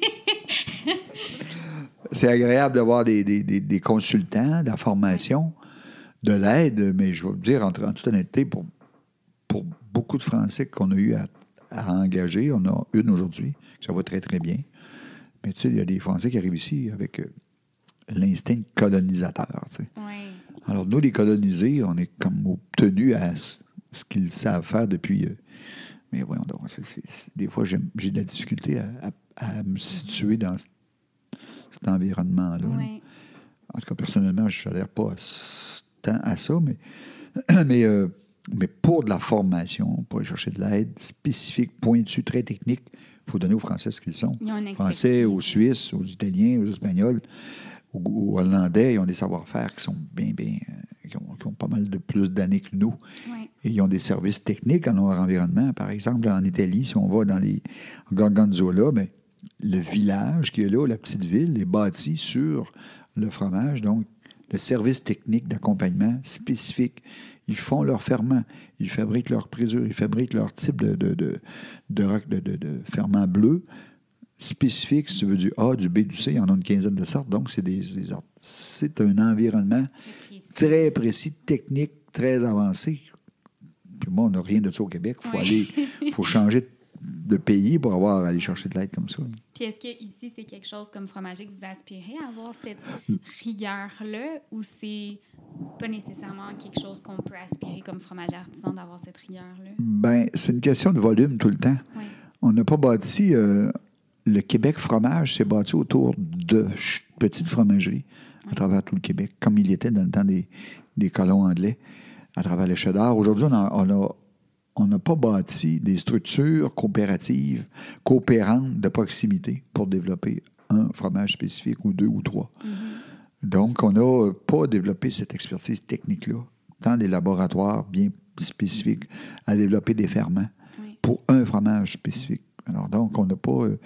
C'est agréable d'avoir des consultants, de la formation, de l'aide, mais je vais vous dire, en toute honnêteté, pour beaucoup de Français qu'on a eu à engager, on a une aujourd'hui, ça va très, très bien. Mais tu sais, il y a des Français qui arrivent ici avec l'instinct colonisateur. Tu sais. Oui. Alors, nous, les colonisés, on est comme obtenus à ce qu'ils savent faire depuis... mais voyons donc, des fois, j'ai de la difficulté à me situer dans cet environnement-là. Oui. Là. En tout cas, personnellement, je n'adhère pas tant à ça, mais pour de la formation, pour aller chercher de l'aide spécifique, pointue, très technique, il faut donner aux Français ce qu'ils sont. Français, aux Suisses, aux Italiens, aux Espagnols, aux Hollandais, ils ont des savoir-faire qui sont bien, qui ont pas mal de plus d'années que nous. Oui. Et ils ont des services techniques dans leur environnement. Par exemple, en Italie, si on va dans les Gorgonzola, bien, le village qui est là, la petite ville, est bâti sur le fromage. Donc, le service technique d'accompagnement spécifique. Ils font leur ferment, ils fabriquent leur présure, ils fabriquent leur type de ferment bleu spécifique, si tu veux, du A, du B, du C. Il y en a une quinzaine de sortes. Donc, c'est un environnement très précis, technique, très avancé. Puis moi, on n'a rien de ça au Québec. Il faut changer de pays pour aller chercher de l'aide comme ça. Puis est-ce que ici c'est quelque chose comme fromager que vous aspirez à avoir cette rigueur-là, ou c'est pas nécessairement quelque chose qu'on peut aspirer comme fromager artisan d'avoir cette rigueur-là? Bien, c'est une question de volume tout le temps. Oui. On n'a pas bâti... le Québec fromage s'est bâti autour de petites fromageries à travers tout le Québec, comme il était dans le temps des colons anglais, à travers le cheddar. Aujourd'hui, on n'a pas bâti des structures coopératives, coopérantes de proximité pour développer un fromage spécifique, ou deux, ou trois. Mm-hmm. Donc, on n'a pas développé cette expertise technique-là, dans des laboratoires bien spécifiques, à développer des ferments pour un fromage spécifique. Alors, donc, on n'a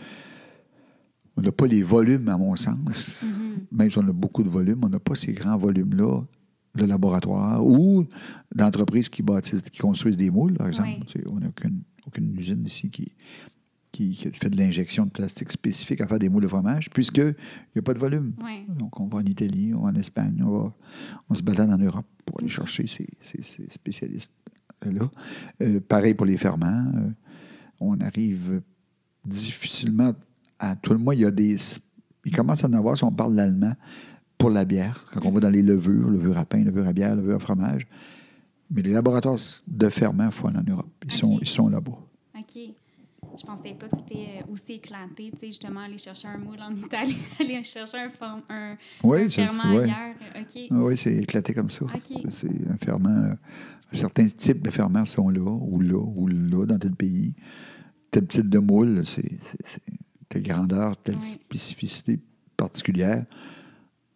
pas les volumes, à mon sens. Mm-hmm. Même si on a beaucoup de volumes, on n'a pas ces grands volumes-là de laboratoire ou d'entreprises qui construisent des moules, par exemple. Oui. On n'a aucune usine ici qui fait de l'injection de plastique spécifique à faire des moules de fromage, puisqu'il n'y a pas de volume. Oui. Donc, on va en Italie, on va en Espagne, on se balade en Europe pour aller chercher ces spécialistes-là. Pareil pour les ferments. On arrive difficilement à tout le monde. Il commence à en avoir, si on parle l'allemand, pour la bière, quand on va dans les levures à pain, levure à bière, levure à fromage. Mais les laboratoires de ferment, il faut aller en Europe. Ils sont là-bas. OK. Je pensais pas que c'était aussi éclaté, tu sais, justement, aller chercher un moule en Italie, aller chercher un ferment ailleurs. OK. Oui, c'est éclaté comme ça. Okay. C'est un ferment. Certains types de ferments sont là, ou là, dans tel pays. Tel type de moule, c'est telle grandeur, telle spécificité particulière.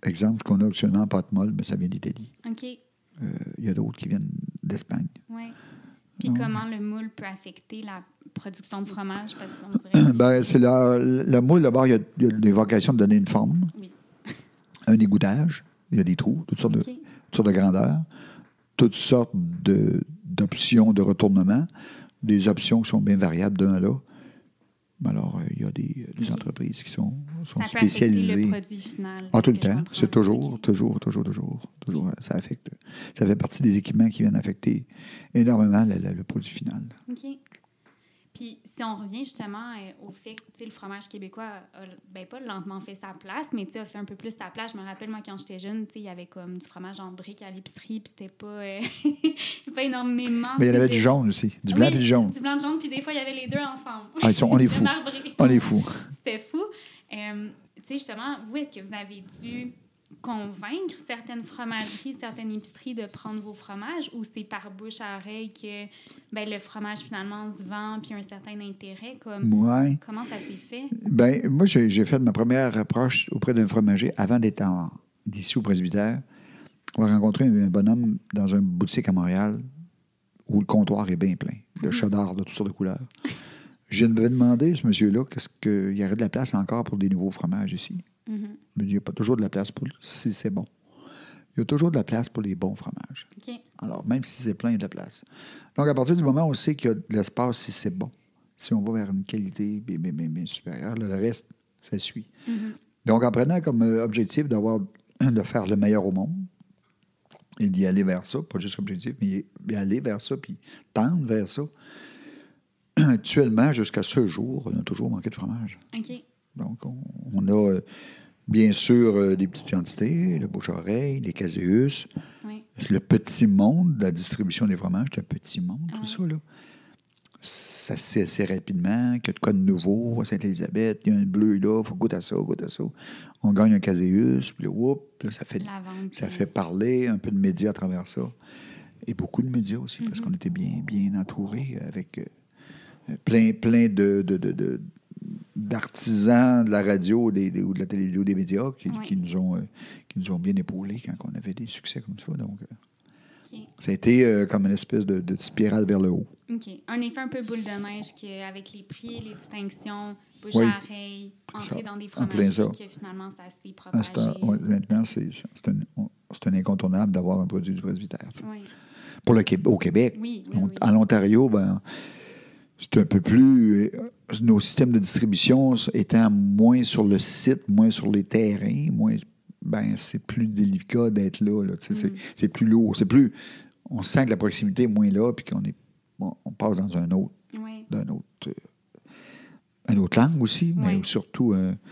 exemple, ce qu'on a actuellement en pâte molle, ça vient d'Italie. OK. Il y a d'autres qui viennent d'Espagne. Oui. Puis Donc, comment le moule peut affecter la production de fromage? Parce qu'on dirait que- ben, c'est le moule, d'abord, il y a des vocations de donner une forme, Oui. un égouttage, il y a des trous, toutes sortes, OK. toutes sortes de grandeurs, toutes sortes d'options de retournement, des options qui sont bien variables d'un à l'autre. Alors, il y a des OK. entreprises qui sont Ça peut affecter spécialisées. le produit final. Ah, tout le que je temps. comprends. C'est toujours, OK. toujours. Ça affecte. Ça fait partie des équipements qui viennent affecter énormément le produit final. OK. Puis, si on revient justement au fait que tu sais, le fromage québécois a pas lentement fait sa place, mais tu sais, a fait un peu plus sa place. Je me rappelle, moi, quand j'étais jeune, tu sais, il y avait comme du fromage en brique à l'épicerie, puis c'était pas, pas énormément. Mais il y en avait c'était- du jaune aussi. Du blanc Oui, et du jaune. Du blanc et du jaune, puis des fois, il y avait les deux ensemble. Ah, on est fous. Marbré. On est fous. C'était fou. Tu sais, justement, vous, est-ce que vous avez dû convaincre certaines fromageries, certaines épiceries de prendre vos fromages, ou c'est par bouche à oreille que ben, le fromage finalement se vend puis un certain intérêt? Ouais. Comment ça s'est fait? Ben, moi, j'ai fait ma première approche auprès d'un fromager avant d'être d'ici au presbytère. On a rencontré un bonhomme dans une boutique à Montréal où le comptoir est bien plein de chaudard de toutes sortes de couleurs. Je lui ai demandé, ce monsieur-là, qu'est-ce qu'il y aurait de la place encore pour des nouveaux fromages ici. Mhm. Il me dit, il n'y a pas toujours de la place pour si c'est bon. Il y a toujours de la place pour les bons fromages. OK. Alors, même si c'est plein, il y a de la place. Donc, à partir du moment où on sait qu'il y a de l'espace, si c'est bon, si on va vers une qualité bien supérieure, là, le reste, ça suit. Mhm. Donc, en prenant comme objectif de faire le meilleur au monde et d'y aller vers ça, pas juste objectif, mais d'y aller vers ça, puis tendre vers ça, actuellement, jusqu'à ce jour, on a toujours manqué de fromage. OK. Donc, on a bien sûr des petites quantités, le bouche-oreille, les caséus, Oui. le petit monde de la distribution des fromages, c'est un petit monde, tout Ah ça, là. Ça se sait assez rapidement qu'il y a de quoi de nouveau à Sainte-Élisabeth, il y a un bleu là, il faut goûter à ça, goûter à ça. On gagne un caséus, puis là, là, La vente. ça fait parler un peu de médias à travers ça. Et beaucoup de médias aussi, parce qu'on était bien entourés avec plein d'artisans de la radio ou de la télévision, des médias qui nous ont bien épaulés quand on avait des succès comme ça. Donc, OK. ça a été comme une espèce de spirale vers le haut. OK. Un effet un peu boule de neige qu'avec les prix, les distinctions, bouche Oui. à oreille, entrer dans des En plein fromageries, ça. que finalement, ça s'est À ce propagé. temps, maintenant, c'est un incontournable d'avoir un produit du presbytère. Oui. Pour au Québec. Oui. À l'Ontario, ben, c'est un peu plus... nos systèmes de distribution étant moins sur le site, moins sur les terrains, c'est plus délicat d'être là. C'est plus lourd. On sent que la proximité est moins là, puis on passe dans un autre langue aussi, mais surtout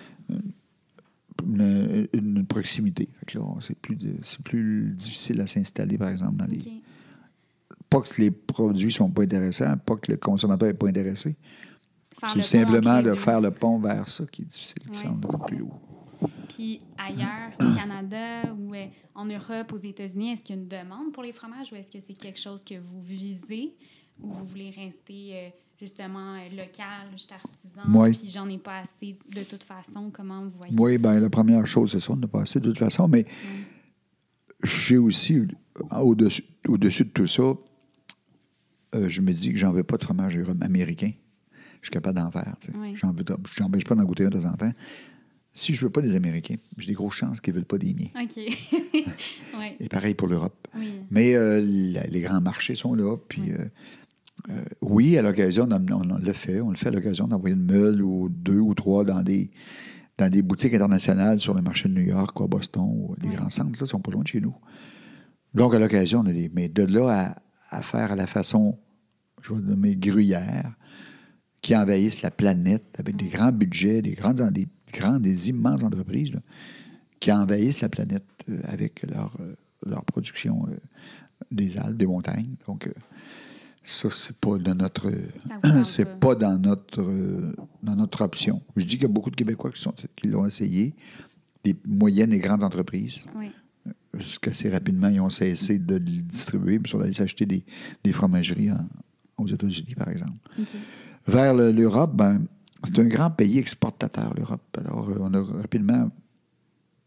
une proximité. Fait que là, c'est plus difficile à s'installer, par exemple, dans les... OK. Pas que les produits ne sont pas intéressants, pas que le consommateur n'est pas intéressé. Faire C'est le pont simplement entre les de deux. faire le pont vers ça qui est difficile, qui Ouais. semble plus haut. Puis ailleurs, au Canada ou en Europe, aux États-Unis, est-ce qu'il y a une demande pour les fromages ou est-ce que c'est quelque chose que vous visez ou vous voulez rester justement local, juste artisan, Oui. puis j'en ai pas assez de toute façon? Comment vous voyez? Oui, bien, la première chose, c'est ça, on n'a pas assez de toute façon, mais j'ai aussi, au-dessus de tout ça, je me dis que j'en veux pas de fromage américain. Je suis capable d'en faire. Tu sais. Oui. Je n'empêche pas d'en goûter un de temps en temps. Si je veux pas des Américains, j'ai des grosses chances qu'ils ne veulent pas des miens. OK. Oui. Et pareil pour l'Europe. Oui. Mais les grands marchés sont là. Puis, oui, à l'occasion, on le fait. On le fait à l'occasion d'envoyer une meule ou 2 ou 3 dans des boutiques internationales sur le marché de New York ou à Boston. Ou les grands centres, là, sont pas loin de chez nous. Donc, à l'occasion, on a des... Mais de là à faire à la façon, je vais nommer gruyère, qui envahissent la planète avec des grands budgets, des immenses entreprises là, qui envahissent la planète avec leur production des Alpes, des montagnes. Donc, ça, c'est pas dans notre... c'est pas dans notre option. Je dis qu'il y a beaucoup de Québécois qui l'ont essayé, des moyennes et grandes entreprises. Oui. Jusqu'assez rapidement, ils ont cessé de le distribuer, puis ils sont allés s'acheter des fromageries aux États-Unis, par exemple. OK. Vers l'Europe, c'est un grand pays exportateur, l'Europe. Alors, on a rapidement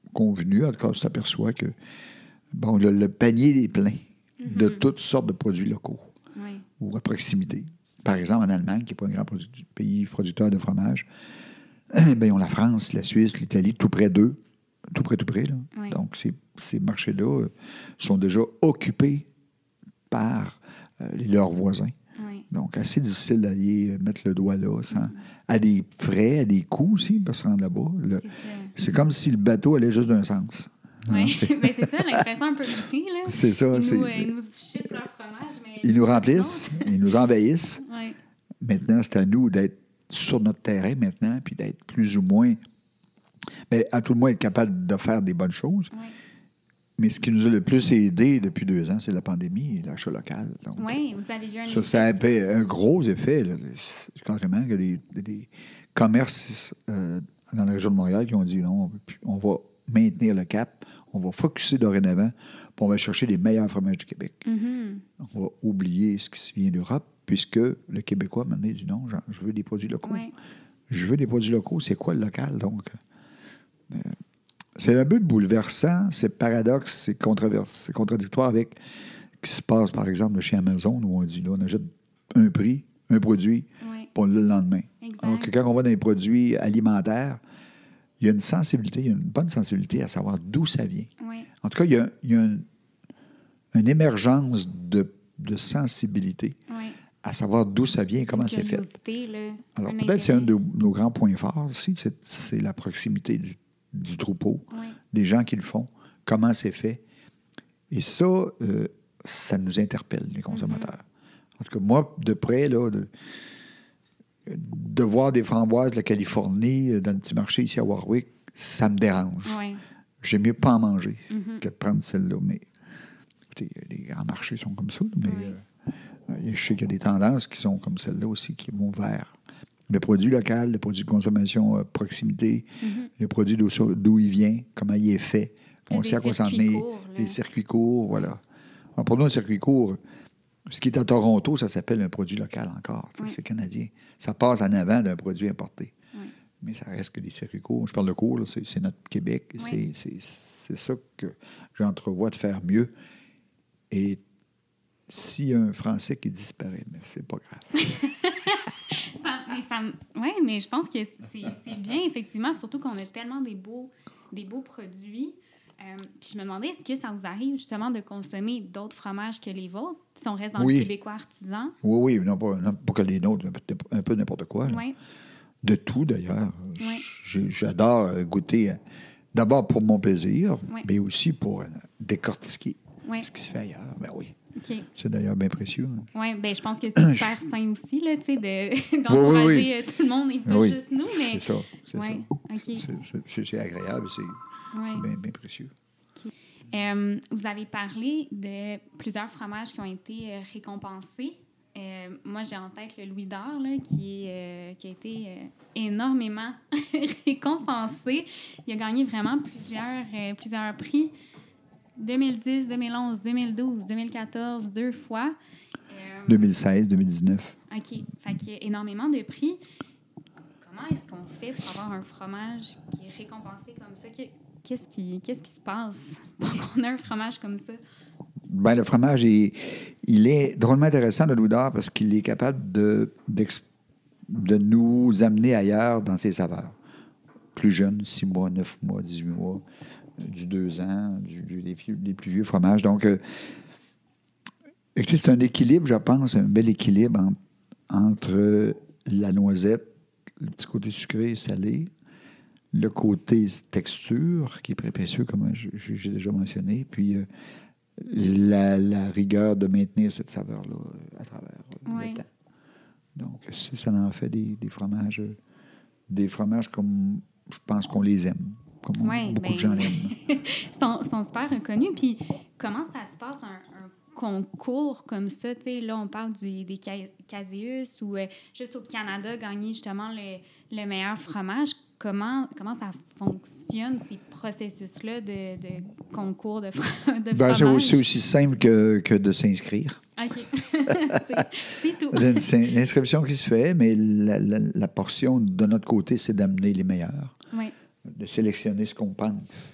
convenu, en tout cas, tu t'aperçois que bon, le panier est plein de toutes sortes de produits locaux ou à proximité. Par exemple, en Allemagne, qui n'est pas un grand pays producteur de fromage, bien, ils ont la France, la Suisse, l'Italie, tout près d'eux, tout près. Là. Oui. Donc, ces marchés-là sont déjà occupés par leurs voisins. Oui. Donc, assez difficile d'aller mettre le doigt là, à des frais, à des coûts aussi, pour se rendre là-bas. C'est comme si le bateau allait juste d'un sens. Oui, mais c'est ça, l'impression un peu du prix, là. C'est ça. Ils nous chiffrent leur fromage, mais... Ils nous remplissent, ils nous envahissent. Oui. Maintenant, c'est à nous d'être sur notre terrain maintenant, puis d'être plus ou moins... Bien, à tout le moins, être capable de faire des bonnes choses. Oui. Mais ce qui nous a le plus aidé depuis 2 ans, c'est la pandémie et l'achat local. Donc, oui, vous avez vu ça a un gros effet. Là. C'est carrément que des commerces dans la région de Montréal qui ont dit non, on va maintenir le cap, on va focusser dorénavant, puis on va chercher les meilleurs fromages du Québec. On va oublier ce qui vient d'Europe, puisque le Québécois maintenant dit non, je veux des produits locaux. Oui. Je veux des produits locaux. C'est quoi le local, donc? C'est un peu bouleversant, c'est paradoxe, c'est contradictoire avec ce qui se passe, par exemple, chez Amazon, où on dit, là, on achète un prix, un produit, puis on l'a le lendemain. Exact. Alors que quand on va dans les produits alimentaires, il y a une bonne sensibilité à savoir d'où ça vient. Oui. En tout cas, il y a une émergence de sensibilité à savoir d'où ça vient et comment c'est fait. Là, alors, peut-être c'est un de nos grands points forts aussi, c'est la proximité du troupeau, des gens qui le font, comment c'est fait. Et ça, ça nous interpelle, les consommateurs. En tout cas, moi, de près, là, de voir des framboises de la Californie dans le petit marché ici à Warwick, ça me dérange. Oui. J'aime mieux pas en manger que de prendre celle-là. Mais écoutez, les grands marchés sont comme ça, mais je sais qu'il y a des tendances qui sont comme celle-là aussi, qui vont vers le produit local, le produit de consommation proximité, le produit d'où il vient, comment il est fait. On sait à quoi s'en tenir. Les circuits courts, voilà. Alors pour nous, un circuit court, ce qui est à Toronto, ça s'appelle un produit local encore. C'est canadien. Ça passe en avant d'un produit importé. Mais ça reste que des circuits courts. Je parle de court, là, c'est notre Québec. C'est ça que j'entrevois de faire mieux. Et s'il y a un Français qui disparaît, mais c'est pas grave. Oui, mais je pense que c'est bien, effectivement, surtout qu'on a tellement des beaux produits. Puis je me demandais, est-ce que ça vous arrive justement de consommer d'autres fromages que les vôtres, si on reste dans le québécois artisan? Oui, non, pas que les nôtres, un peu n'importe quoi. Oui. De tout, d'ailleurs. J'adore goûter, d'abord pour mon plaisir, mais aussi pour décortiquer ce qui se fait ailleurs. Ben oui. Okay. C'est d'ailleurs bien précieux. Oui, bien, je pense que c'est super sain aussi, là, tu sais, d'encourager tout le monde et pas juste nous. Mais... C'est ça. Okay. C'est agréable, c'est bien précieux. Okay. Vous avez parlé de plusieurs fromages qui ont été récompensés. Moi, j'ai en tête le Louis d'Or, là, qui a été énormément récompensé. Il a gagné vraiment plusieurs prix. 2010, 2011, 2012, 2014, 2 fois. 2016, 2019. OK. Fait qu'il y a énormément de prix. Comment est-ce qu'on fait pour avoir un fromage qui est récompensé comme ça? Qu'est-ce qui se passe pour qu'on ait un fromage comme ça? Bien, le fromage, il est drôlement intéressant, le Louis d'Or, parce qu'il est capable de nous amener ailleurs dans ses saveurs. Plus jeunes, 6 mois, 9 mois, 18 mois, du 2 ans, des plus vieux fromages. Donc, c'est un équilibre, je pense, un bel équilibre entre la noisette, le petit côté sucré et salé, le côté texture, qui est très précieux, comme j'ai déjà mentionné, puis la rigueur de maintenir cette saveur-là à travers le temps. Donc, ça en fait des fromages comme je pense qu'on les aime. Comme beaucoup de gens l'aiment. Ils sont super reconnus. Puis, comment ça se passe, un concours comme ça? T'sais, là, on parle des Caseus ou juste au Canada, gagner justement le meilleur fromage. Comment ça fonctionne, ces processus-là de concours de fromage? C'est aussi simple que de s'inscrire. OK. c'est tout. L'inscription qui se fait, mais la portion de notre côté, c'est d'amener les meilleurs. Oui. De sélectionner ce qu'on pense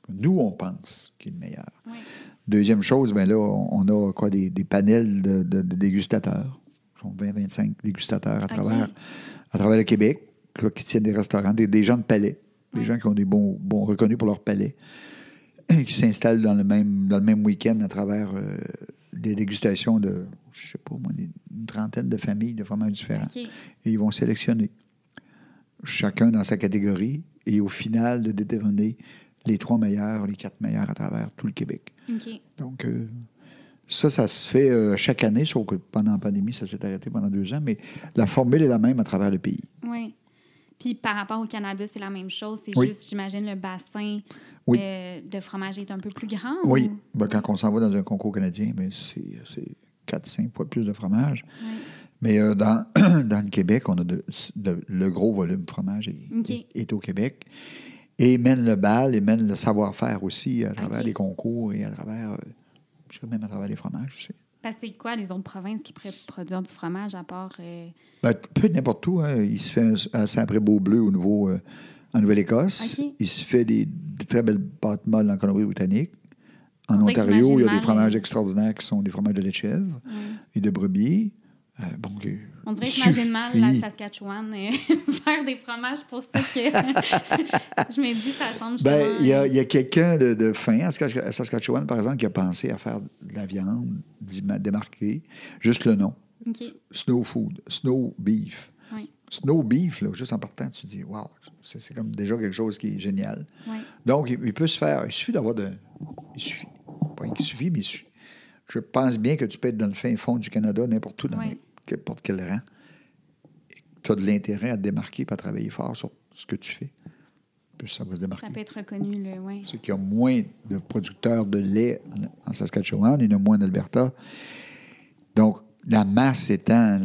Nous, on pense qu'il est le meilleur. Oui. Deuxième chose, bien là, on a quoi, des panels de dégustateurs. Ils sont 20-25 dégustateurs à travers le Québec, là, qui tiennent des restaurants, des gens de palais, des gens qui ont des bons reconnus pour leur palais, qui s'installent dans le même week-end à travers des dégustations de, je ne sais pas moi, une trentaine de familles de fromages différents. Okay. Et ils vont sélectionner, chacun dans sa catégorie, et au final, de déterminer les 3 meilleurs, les 4 meilleurs à travers tout le Québec. Okay. Donc, ça se fait chaque année, sauf que pendant la pandémie, ça s'est arrêté pendant 2 ans, mais la formule est la même à travers le pays. Oui. Puis par rapport au Canada, c'est la même chose. C'est juste, j'imagine, le bassin de fromage est un peu plus grand? Oui. Ben, quand on s'en va dans un concours canadien, ben, c'est 4-5 fois plus de fromage. Oui. Mais dans le Québec, on a le gros volume de fromage est au Québec. Et mène le bal et mène le savoir-faire aussi à travers les concours et à travers, je dirais même à travers les fromages aussi. Parce que c'est quoi les autres provinces qui pourraient produire du fromage à part... Ben, peu n'importe où. Hein. Il se fait à Saint-Pré-Beaubleu en Nouvelle-Écosse. Okay. Il se fait des très belles pâtes molles en Colombie-Britannique. En Ontario, il y a des fromages extraordinaires qui sont des fromages de lait de chèvre et de brebis. On dirait que j'imagine mal la Saskatchewan faire des fromages pour ça que je me dis ça semble justement... Il y a quelqu'un de fin à Saskatchewan, par exemple, qui a pensé à faire de la viande démarquée, juste le nom. Okay. Snow Food, Snow Beef. Oui. Snow Beef, là, juste en partant, tu te dis, wow, c'est comme déjà quelque chose qui est génial. Oui. Donc, il peut se faire, il suffit d'avoir il suffit, pas qu'il suffit, mais je pense bien que tu peux être dans le fin fond du Canada, n'importe où, dans n'importe quel rang. Tu as de l'intérêt à te démarquer et à travailler fort sur ce que tu fais. Puis ça va se démarquer. Ça peut être reconnu, oui. C'est qu'il y a moins de producteurs de lait en Saskatchewan, il y en a moins en Alberta. Donc, la masse étant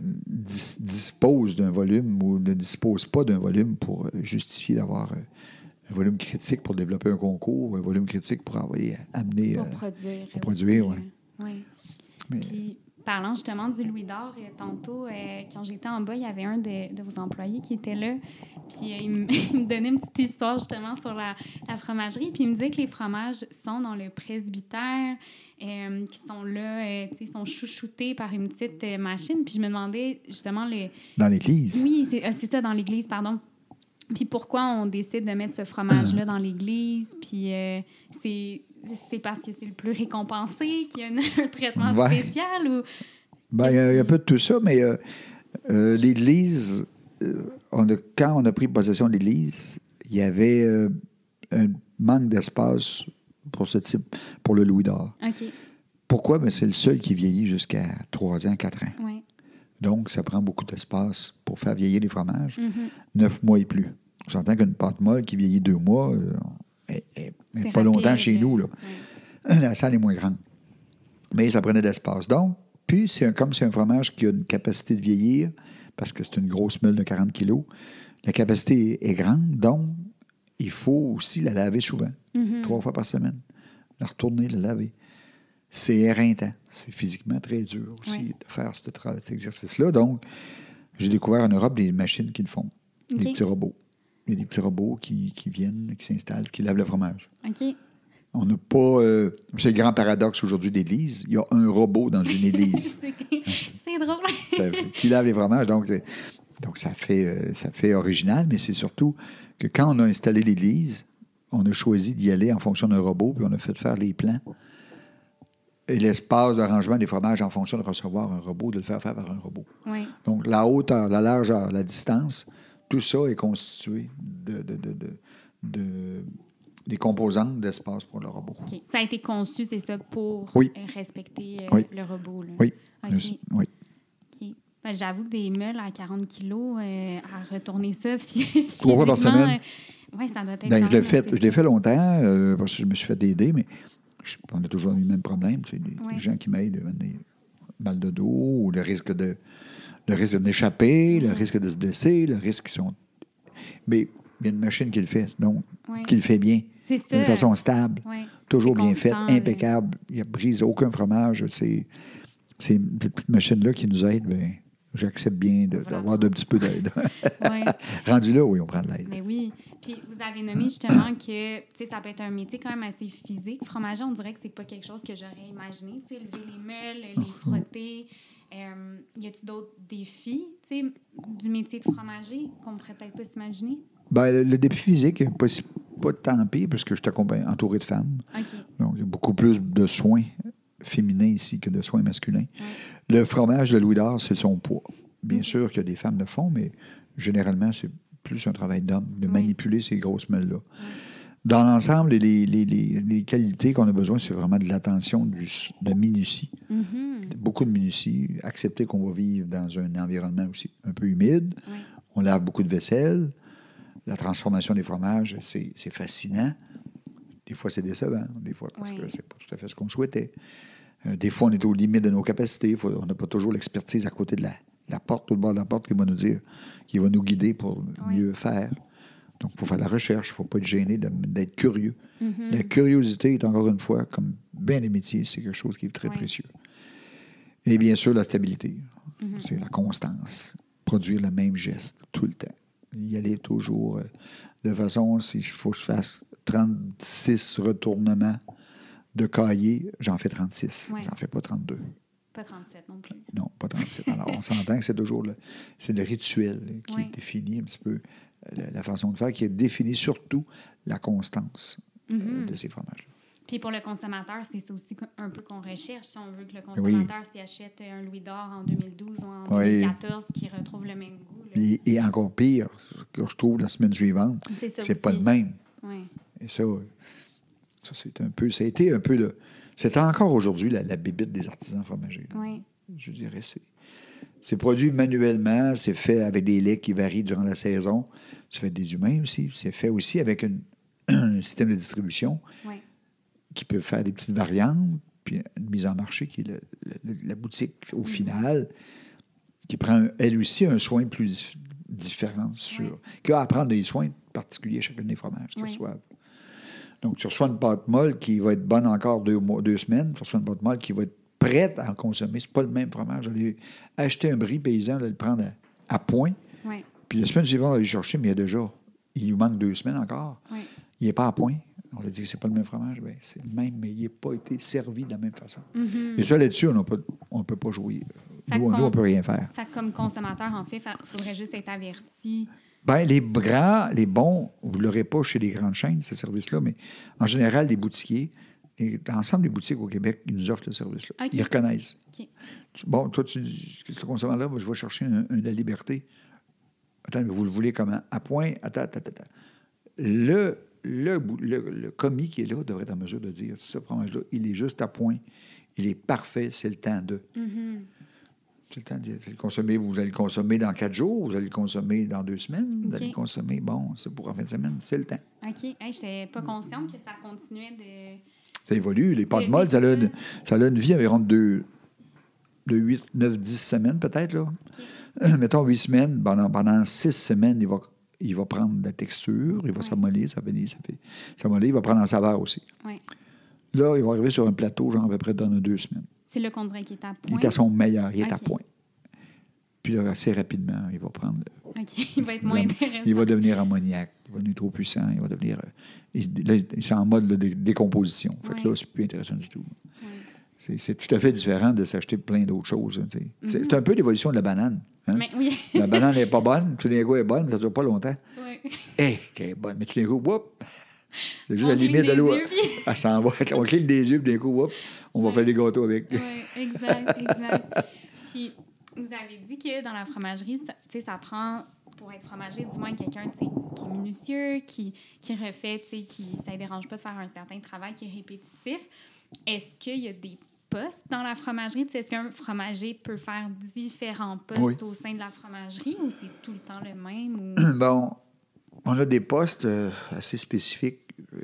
dispose d'un volume ou ne dispose pas d'un volume pour justifier d'avoir un volume critique pour développer un concours, un volume critique pour amener... Pour produire, oui. Oui. Puis, parlant justement du Louis d'Or, tantôt, quand j'étais en bas, il y avait un de vos employés qui était là. Puis, il me donnait une petite histoire justement sur la fromagerie. Puis, il me disait que les fromages sont dans le presbytère, qui sont là, ils sont chouchoutés par une petite machine. Puis, je me demandais justement... Dans l'église? Oui, c'est ça, dans l'église, pardon. Puis, pourquoi on décide de mettre ce fromage-là dans l'église? Puis, c'est parce que c'est le plus récompensé, qu'il y a un traitement spécial? Ou... Bien, il y a un peu de tout ça, mais l'Église, quand on a pris possession de l'Église, il y avait un manque d'espace pour le Louis d'Or. OK. Pourquoi? Bien, c'est le seul qui vieillit jusqu'à 3 ans, 4 ans. Oui. Donc, ça prend beaucoup d'espace pour faire vieillir les fromages. 9 mois et plus. On s'entend qu'une pâte molle qui vieillit 2 mois... pas rapide, longtemps chez nous. Là. Oui. La salle est moins grande. Mais ça prenait d'espace. Donc, puis, comme c'est un fromage qui a une capacité de vieillir, parce que c'est une grosse meule de 40 kilos, la capacité est grande, donc il faut aussi la laver souvent, 3 fois par semaine. La retourner, la laver. C'est éreintant. C'est physiquement très dur aussi de faire cet exercice-là. Donc, j'ai découvert en Europe des machines qui le font. Okay. Des petits robots. Il y a des petits robots qui viennent, qui s'installent, qui lavent le fromage. OK. On n'a pas... c'est le grand paradoxe aujourd'hui d'Église. Il y a un robot dans une église. C'est drôle. Qui lave les fromages. Donc ça fait original, mais c'est surtout que quand on a installé l'église, on a choisi d'y aller en fonction d'un robot, puis on a fait faire les plans et l'espace de rangement des fromages en fonction de recevoir un robot, de le faire par un robot. Oui. Donc, la hauteur, la largeur, la distance, tout ça est constitué des composantes d'espace pour le robot. Okay. Ça a été conçu, c'est ça, pour respecter le robot. Là. Oui. Okay. Oui. Okay. Ben, j'avoue que des meules à 40 kilos, à retourner ça 3 fois par semaine. Oui, ça doit être... Ben, je l'ai fait longtemps, parce que je me suis fait aider, mais on a toujours eu le même problème. Des gens qui m'aident, des mal de dos, ou le risque d'échapper, le risque de se blesser, le risque qu'ils sont... Mais il y a une machine qui le fait, donc qui le fait bien. C'est ça. De façon stable, toujours bien faite, impeccable. Il n'y a brisé aucun fromage. C'est ces petites machines-là qui nous aident j'accepte bien d'avoir un petit peu d'aide. Oui. Rendu là, oui, on prend de l'aide. Mais oui. Puis vous avez nommé justement que ça peut être un métier quand même assez physique. Fromager, on dirait que c'est pas quelque chose que j'aurais imaginé. Lever les meules, les frotter. Y a-t-il d'autres défis du métier de fromager qu'on pourrait peut-être pas s'imaginer? Bien, le défi physique n'est pas tant pire parce que je t'accompagne entouré de femmes. OK. Donc, il y a beaucoup plus de soins féminins ici que de soins masculins. Ouais. Le fromage de Louis d'Or, c'est son poids. Bien sûr que des femmes le font, mais généralement, c'est plus un travail d'homme de manipuler ces grosses meules-là. Dans l'ensemble, les qualités qu'on a besoin, c'est vraiment de l'attention, de la minutie. Beaucoup de minutie. Accepter qu'on va vivre dans un environnement aussi un peu humide. Oui. On lave beaucoup de vaisselle. La transformation des fromages, c'est fascinant. Des fois, c'est décevant. Des fois, parce que c'est pas tout à fait ce qu'on souhaitait. Des fois, on est aux limites de nos capacités. On n'a pas toujours l'expertise à côté de la porte, au bord de la porte, qui va nous dire, qui va nous guider pour mieux faire. Donc, il faut faire de la recherche. Il ne faut pas être gêné d'être curieux. La curiosité est, encore une fois, comme bien les métiers, c'est quelque chose qui est très précieux. Et bien sûr, la stabilité. C'est la constance. Produire le même geste tout le temps. Y aller toujours de façon, s'il faut que je fasse 36 retournements de cahier, j'en fais 36. J'en fais pas 32. Pas 37 non plus. Non, pas 37. Alors, on s'entend que c'est toujours le rituel qui est défini un petit peu, la façon de faire, qui est définie surtout la constance de ces fromages-là. Puis pour le consommateur, c'est ça aussi un peu qu'on recherche. Si on veut que le consommateur s'y achète un Louis d'Or en 2012 ou en 2014, qu'il retrouve le même goût. Et encore pire, ce que je trouve la semaine suivante, c'est pas le même. Oui. Et ça c'est un peu... Ça a été un peu... C'est encore aujourd'hui la bébite des artisans fromagers. Oui. Je dirais, c'est produit manuellement, c'est fait avec des laits qui varient durant la saison. C'est fait des humains aussi. C'est fait aussi avec un système de distribution qui peut faire des petites variantes, puis une mise en marché qui est la boutique au final, qui prend, elle aussi, un soin plus différent qui a à prendre des soins particuliers à chacun des fromages qu'ils reçoivent. Donc, tu reçois une pâte molle qui va être bonne encore 2 semaines, tu reçois une pâte molle qui va être prête à en consommer. C'est pas le même fromage. J'allais acheter un brie paysan, le prendre à point, puis la semaine suivante, on va aller chercher, mais il lui manque 2 semaines encore. Il n'est pas à point. On a dit que c'est pas le même fromage. Bien, c'est le même, mais il n'a pas été servi de la même façon. Et ça, là-dessus, on ne peut pas jouer. Nous, on ne peut rien faire. Fait comme consommateur, en fait, il faudrait juste être averti. Bien, les bons, vous ne l'aurez pas chez les grandes chaînes, ce service-là, mais en général, les boutiquiers, l'ensemble des boutiques au Québec, ils nous offrent le service-là. Ils reconnaissent. Bon, toi, tu dis, ce consommateur-là, moi, je vais chercher la liberté. Attends, mais vous le voulez comment? À point? Attends. Le commis qui est là devrait être en mesure de dire, ce fromage-là, il est juste à point, il est parfait, c'est le temps de. C'est le temps de le consommer. Vous allez le consommer dans 4 jours, vous allez le consommer dans 2 semaines, vous allez le consommer, c'est pour en fin de semaine, c'est le temps. OK. Je n'étais pas consciente que ça continuait de... Ça évolue. Les pâtes molles, ça a une vie environ de 8, 9, 10 semaines peut-être, là. Mettons 8 semaines, pendant 6 semaines, il va prendre de la texture, il va s'amollir, s'amollir, il va prendre en saveur aussi. Là, il va arriver sur un plateau, genre à peu près dans 2 semaines. C'est là qu'on dirait qu'il est à point? Il est à son meilleur, il est à point. Puis là, assez rapidement, il va prendre... OK, il va être moins intéressant. Il va devenir ammoniaque, il va devenir trop puissant, il va devenir... Là, il est en mode de décomposition. Fait que là, c'est plus intéressant du tout. C'est tout à fait différent de s'acheter plein d'autres choses. C'est un peu l'évolution de la banane. Hein? Mais, oui. La banane n'est pas bonne, tout d'un coup, elle est bonne, mais ça ne dure pas longtemps. Oui. Qu'elle est bonne, mais tout d'un coup, whoop! C'est juste la limite de l'eau. Elle s'en va, on cligne des yeux, puis d'un coup, whoop, on va faire des gâteaux avec. Oui, exact. Puis, vous avez dit que dans la fromagerie, ça prend, pour être fromager, du moins quelqu'un qui est minutieux, qui refait, ça ne dérange pas de faire un certain travail qui est répétitif. Est-ce qu'il y a des postes dans la fromagerie? Est-ce qu'un fromager peut faire différents postes au sein de la fromagerie ou c'est tout le temps le même? Ou... Bon, on a des postes assez spécifiques.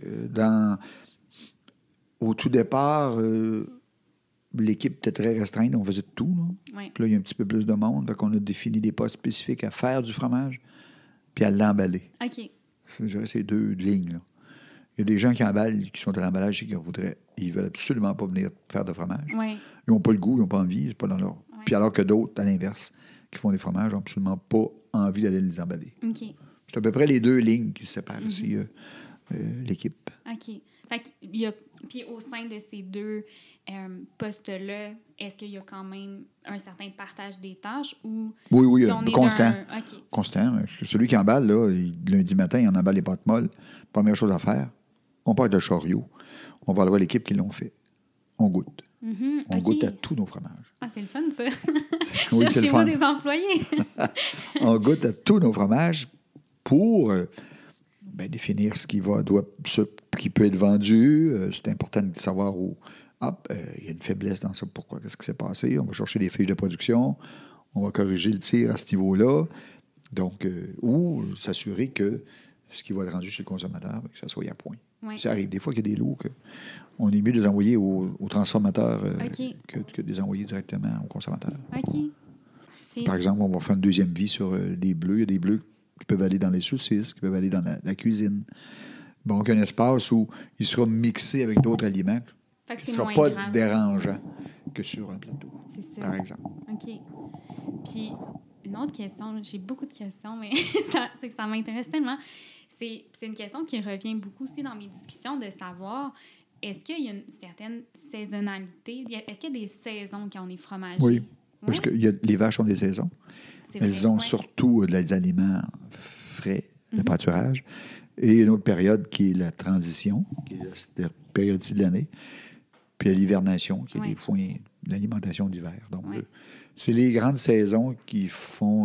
Au tout départ, l'équipe était très restreinte, on faisait tout. Là. Puis là, il y a un petit peu plus de monde. Donc, on a défini des postes spécifiques à faire du fromage puis à l'emballer. OK. C'est ces 2 lignes. Là. Il y a des gens qui emballent, qui sont à l'emballage et qui ils veulent absolument pas venir faire de fromage. Ils n'ont pas le goût, ils n'ont pas envie, c'est pas dans leur... Puis alors que d'autres, à l'inverse, qui font des fromages n'ont absolument pas envie d'aller les emballer. OK. C'est à peu près les deux lignes qui séparent ici l'équipe. OK. Fait qu'il y a... Puis au sein de ces deux postes-là, est-ce qu'il y a quand même un certain partage des tâches ou... Oui, si on est constant. OK. Constant. Celui qui emballe, là, lundi matin, il en emballe les pâtes molles. Première chose à faire, on part de chariot. On va aller voir l'équipe qui l'ont fait. On goûte. On goûte à tous nos fromages. Ah, c'est le fun, ça. Oui, c'est le Cherchez-vous fun. des employés. On goûte à tous nos fromages pour définir ce qui peut être vendu. C'est important de savoir où il y a une faiblesse dans ça. Pourquoi? Qu'est-ce qui s'est passé? On va chercher des fiches de production. On va corriger le tir à ce niveau-là. Donc, ou s'assurer que ce qui va être rendu chez le consommateur, que ça soit à point. Oui. Ça arrive des fois qu'il y a des lots qu'on est mieux de les envoyer au transformateur que de les envoyer directement au consommateur. OK. Par exemple, on va faire une deuxième vie sur des bleus. Il y a des bleus qui peuvent aller dans les saucisses, qui peuvent aller dans la cuisine. Donc, un espace où il sera mixé avec d'autres aliments qui ne sera pas dérangeant que sur un plateau, c'est ça. par exemple. OK. Puis, une autre question, j'ai beaucoup de questions, mais c'est que ça m'intéresse tellement. C'est une question qui revient beaucoup aussi dans mes discussions, de savoir, est-ce qu'il y a une certaine saisonnalité? Est-ce qu'il y a des saisons quand on est fromager? Oui, parce que les vaches ont des saisons. Elles ont surtout des aliments frais, le pâturage, et une autre période qui est la transition, qui est la période de l'année, puis l'hivernation, qui est des foins d'alimentation d'hiver. Donc, c'est les grandes saisons qui font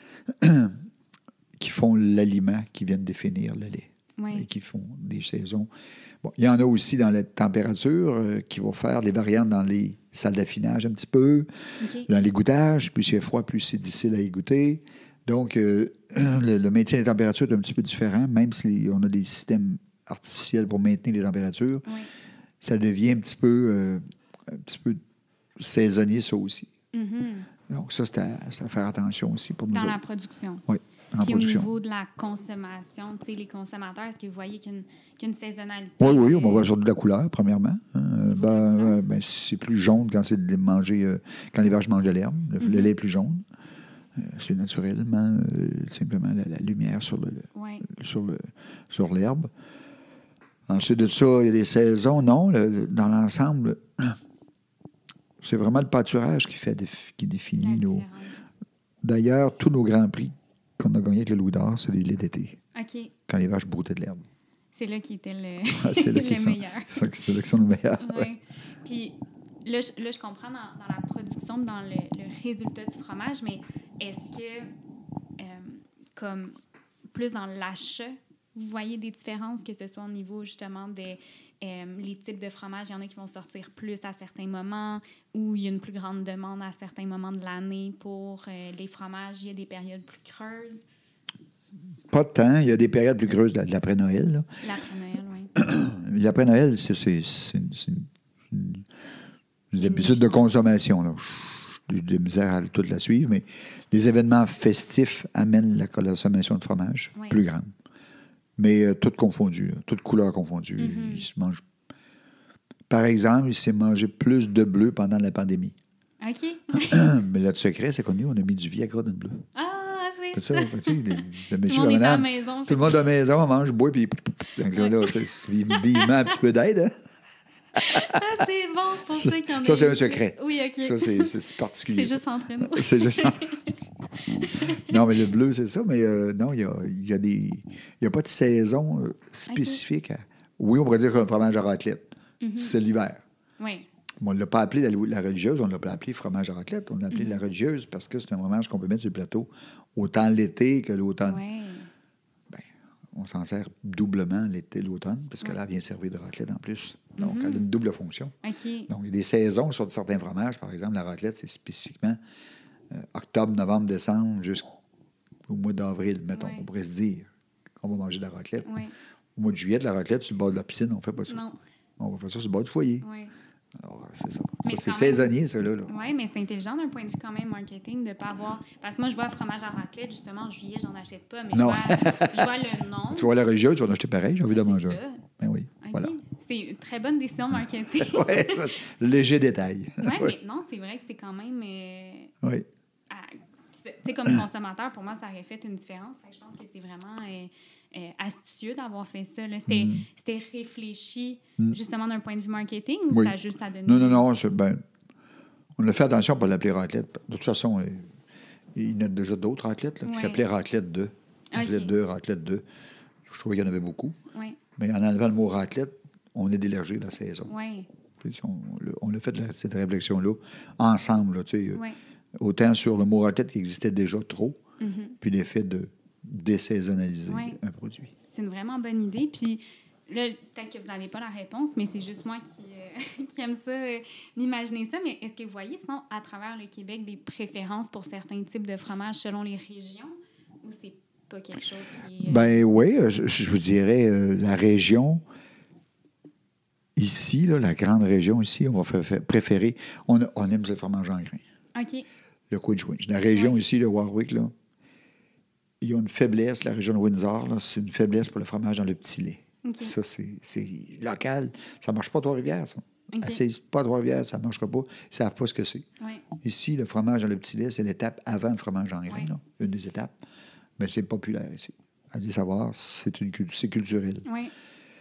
l'aliment, qui viennent définir le lait, et qui font des saisons. Bon, il y en a aussi dans la température qui vont faire des variantes dans les salles d'affinage un petit peu, dans les goûtages. Plus c'est froid, plus c'est difficile à y goûter. Donc, le maintien des températures est un petit peu différent, même si on a des systèmes artificiels pour maintenir les températures. Ça devient un petit peu saisonnier, ça aussi. Donc, ça, c'est à faire attention aussi pour nous dans autres. la production. Oui. Puis au niveau de la consommation, tu sais, les consommateurs, est-ce que vous voyez qu'il y a une saisonnalité? Oui, on va voir sur de la couleur, premièrement. C'est plus jaune quand c'est mangé, quand les vaches mangent de l'herbe. Le lait est plus jaune. C'est naturellement simplement la lumière sur l'herbe. Ensuite de ça, il y a des saisons. Non, dans l'ensemble, c'est vraiment le pâturage qui définit nos... D'ailleurs, tous nos grands prix qu'on a gagnés avec le Louis d'Or, c'est les laits d'été. OK. Quand les vaches broutaient de l'herbe. C'est là qui était le meilleur. C'est là qu'ils sont nos meilleurs. Oui. Puis là, je comprends dans la production, dans le résultat du fromage, mais est-ce que, comme plus dans l'achat, vous voyez des différences, que ce soit au niveau justement des les types de fromages? Il y en a qui vont sortir plus à certains moments, ou il y a une plus grande demande à certains moments de l'année pour les fromages. Il y a des périodes plus creuses. Pas de temps. Il y a des périodes plus creuses de l'après-Noël. Là. L'après-Noël, oui. L'après-Noël, c'est une habitude de consommation. Là. J'ai de misère à toute la suivre, mais les événements festifs amènent la consommation de fromage plus grande. Mais toutes confondues, toutes couleurs confondues. Il se mange... Par exemple, il s'est mangé plus de bleu pendant la pandémie. OK. Mais le secret, c'est qu'on a mis du Viagra dans le bleu. Ah, c'est ça. Tout le monde est à la maison. Tout le monde à la maison, on mange, boit, puis là, c'est vivement un petit peu d'aide. Hein? Ah, c'est bon, c'est pour ça qu'il y en a. Ça, c'est un secret. Oui, OK. Ça, c'est particulier. C'est juste entre nous. C'est juste entre nous. Non, mais le bleu, c'est ça. Mais non, il y a pas de saison spécifique. Oui, on pourrait dire que le fromage à raclette, c'est l'hiver. Oui. On ne l'a pas appelé la religieuse, on ne l'a pas appelé fromage à raclette. On l'a appelé la religieuse parce que c'est un fromage qu'on peut mettre sur le plateau autant l'été que l'automne. Oui. On s'en sert doublement l'été et l'automne, parce que là, elle vient servir de raclette en plus. Donc, elle a une double fonction. OK. Donc, il y a des saisons sur certains fromages. Par exemple, la raclette, c'est spécifiquement octobre, novembre, décembre, jusqu'au mois d'avril, mettons. On pourrait se dire qu'on va manger de la raclette. Au mois de juillet, de la raclette, sur le bord de la piscine, on ne fait pas ça. Non. On va faire ça sur le bord du foyer. Oui. Alors, c'est ça. Mais ça, c'est saisonnier, ça, là. Oui, mais c'est intelligent d'un point de vue quand même marketing de ne pas avoir... Parce que moi, je vois fromage à raclette, justement, en juillet, j'en achète pas, mais je vois le nom. Tu vois la religieuse, tu vas en acheter pareil, j'ai envie de manger. Ben oui, voilà. C'est une très bonne décision marketing. Oui, ça, léger détail. Mais non, c'est vrai que c'est quand même... oui. sais, comme consommateur, pour moi, ça aurait fait une différence. Fait que je pense que c'est vraiment astucieux d'avoir fait ça. Là. C'était réfléchi justement d'un point de vue marketing ou Oui. ça a juste à donner... Non. On a fait attention pour l'appeler raclette. De toute façon, il y en a déjà d'autres raclettes qui s'appelaient raclette 2. Raclette 2, raclette 2. Je trouvais qu'il y en avait beaucoup. Oui. Mais en enlevant le mot raclette, on est délargé la saison. Oui. Puis on a fait cette réflexion-là ensemble. Là, oui. Autant sur le mot raclette qui existait déjà trop, puis l'effet de désaisonnaliser un produit. C'est une vraiment bonne idée. Puis là, peut-être que vous n'avez pas la réponse, mais c'est juste moi qui aime ça, d'imaginer ça. Mais est-ce que vous voyez, sinon, à travers le Québec, des préférences pour certains types de fromages selon les régions, ou c'est pas quelque chose qui est... Ben oui, je vous dirais, la région, ici, là, la grande région ici, on va préférer... On aime le fromage en grains. OK. Le Queechwinch. La région ici, le Warwick, là, il y a une faiblesse, la région de Windsor, là, c'est une faiblesse pour le fromage dans le petit lait. Okay. Ça, c'est local. Ça ne marche pas à Trois-Rivières, ça. Okay. Assise pas à Trois-Rivières, ça ne marchera pas. Ils ne savent pas ce que c'est. Oui. Ici, le fromage dans le petit lait, c'est l'étape avant le fromage en grains, là, une des étapes. Mais c'est populaire ici. À dire savoir, c'est culturel. Oui.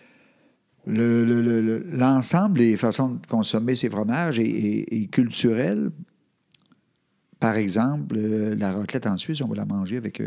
L'ensemble des façons de consommer ces fromages est culturel. Par exemple, la raclette en Suisse, on va la manger avec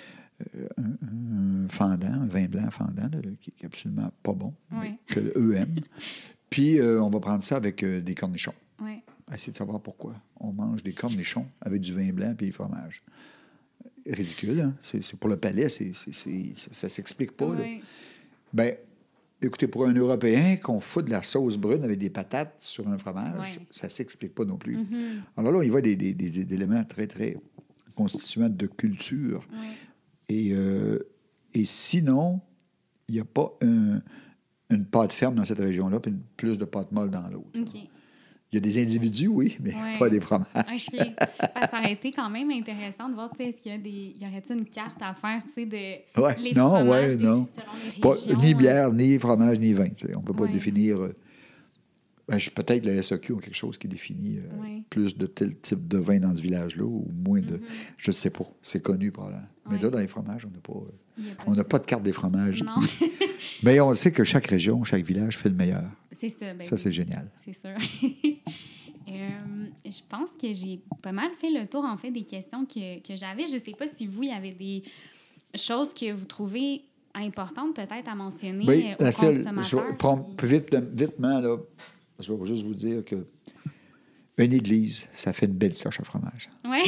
un fendant, un vin blanc fendant, là, qui est absolument pas bon, que eux aiment. Puis, on va prendre ça avec des cornichons. Oui. Essayez de savoir pourquoi. On mange des cornichons avec du vin blanc et du fromage. Ridicule, hein? C'est pour le palais, ça ne s'explique pas. Oui. Là. Bien, écoutez, pour un Européen, qu'on fout de la sauce brune avec des patates sur un fromage, ça ne s'explique pas non plus. Mm-hmm. Alors là, il va des éléments très, très constituants de culture. Oui. Et sinon, il n'y a pas une pâte ferme dans cette région-là, puis plus de pâte molle dans l'autre. OK. Il y a des individus, oui, mais pas des fromages. OK. Ça aurait été quand même intéressant de voir, est-ce qu'il y aurait-il une carte à faire, de les fromages non. Selon les régions. Ni bière, ni fromage, ni vin. On ne peut pas définir... peut-être le SAQ a quelque chose qui définit plus de tel type de vin dans ce village-là, ou moins de... Je ne sais pas. C'est connu, probablement. Mais là, dans les fromages, on n'a pas de carte des fromages. Non. Mais on sait que chaque région, chaque village fait le meilleur. C'est ça. Ben ça, c'est génial. C'est sûr. Je pense que j'ai pas mal fait le tour, en fait, des questions que j'avais. Je ne sais pas si vous, il y avait des choses que vous trouvez importantes, peut-être, à mentionner aux consommateurs. Vitement, là, je vais juste vous dire que une église, ça fait une belle cloche à fromage. Oui.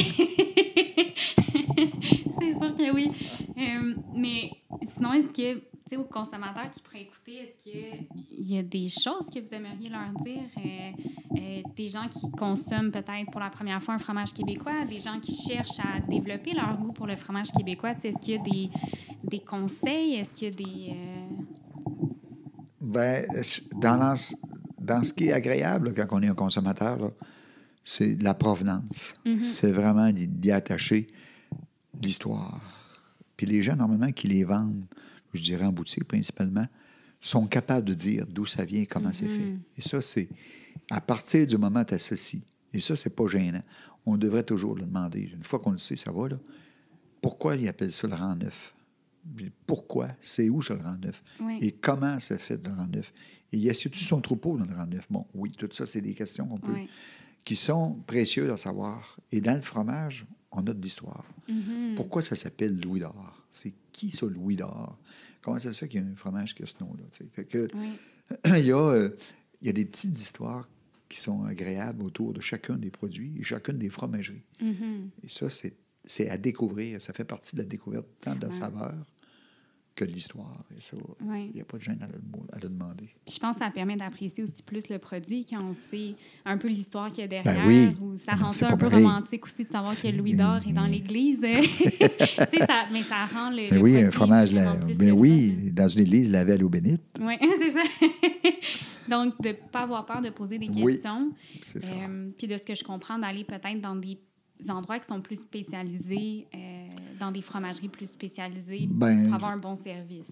C'est sûr que oui. Mais sinon, est-ce que, tu sais, aux consommateurs qui pourraient écouter, est-ce qu'il y a des choses que vous aimeriez leur dire? Des gens qui consomment peut-être pour la première fois un fromage québécois, des gens qui cherchent à développer leur goût pour le fromage québécois, tu sais, est-ce qu'il y a des conseils? Est-ce qu'il y a des... Dans ce qui est agréable là, quand on est un consommateur, là, c'est la provenance. C'est vraiment d'y attacher l'histoire. Puis les gens, normalement, qui les vendent, je dirais en boutique principalement, sont capables de dire d'où ça vient et comment c'est fait. Et ça, c'est à partir du moment où tu associes. Et ça, c'est pas gênant. On devrait toujours le demander. Une fois qu'on le sait, ça va, là. Pourquoi ils appellent ça le rang neuf? Pourquoi? C'est où ça, le rang neuf? Oui. Et comment ça fait le rang neuf? Et y a-t-il son troupeau dans le rang neuf? Bon, oui, tout ça, c'est des questions qui sont précieuses à savoir. Et dans le fromage, on a de l'histoire. Pourquoi ça s'appelle Louis d'Or? C'est qui ça, Louis d'Or? Comment ça se fait qu'il y a un fromage qui a ce nom-là? Fait que, il y a des petites histoires qui sont agréables autour de chacun des produits et chacune des fromageries. Et ça, c'est à découvrir. Ça fait partie de la découverte tant de la saveur que de l'histoire. Et ça, il n'y a pas de gêne à le demander. Puis je pense que ça permet d'apprécier aussi plus le produit quand on sait un peu l'histoire qu'il y a derrière. Ou ça rend ça un peu romantique aussi de savoir que Louis d'Or est dans l'église. Mais ça rend le produit un fromage... plus dans une église lavé à l'eau bénite. Oui, c'est ça. Donc, de ne pas avoir peur de poser des questions. C'est ça. Puis de ce que je comprends, d'aller peut-être dans des endroits qui sont plus spécialisés, dans des fromageries plus spécialisées, pour avoir un bon service.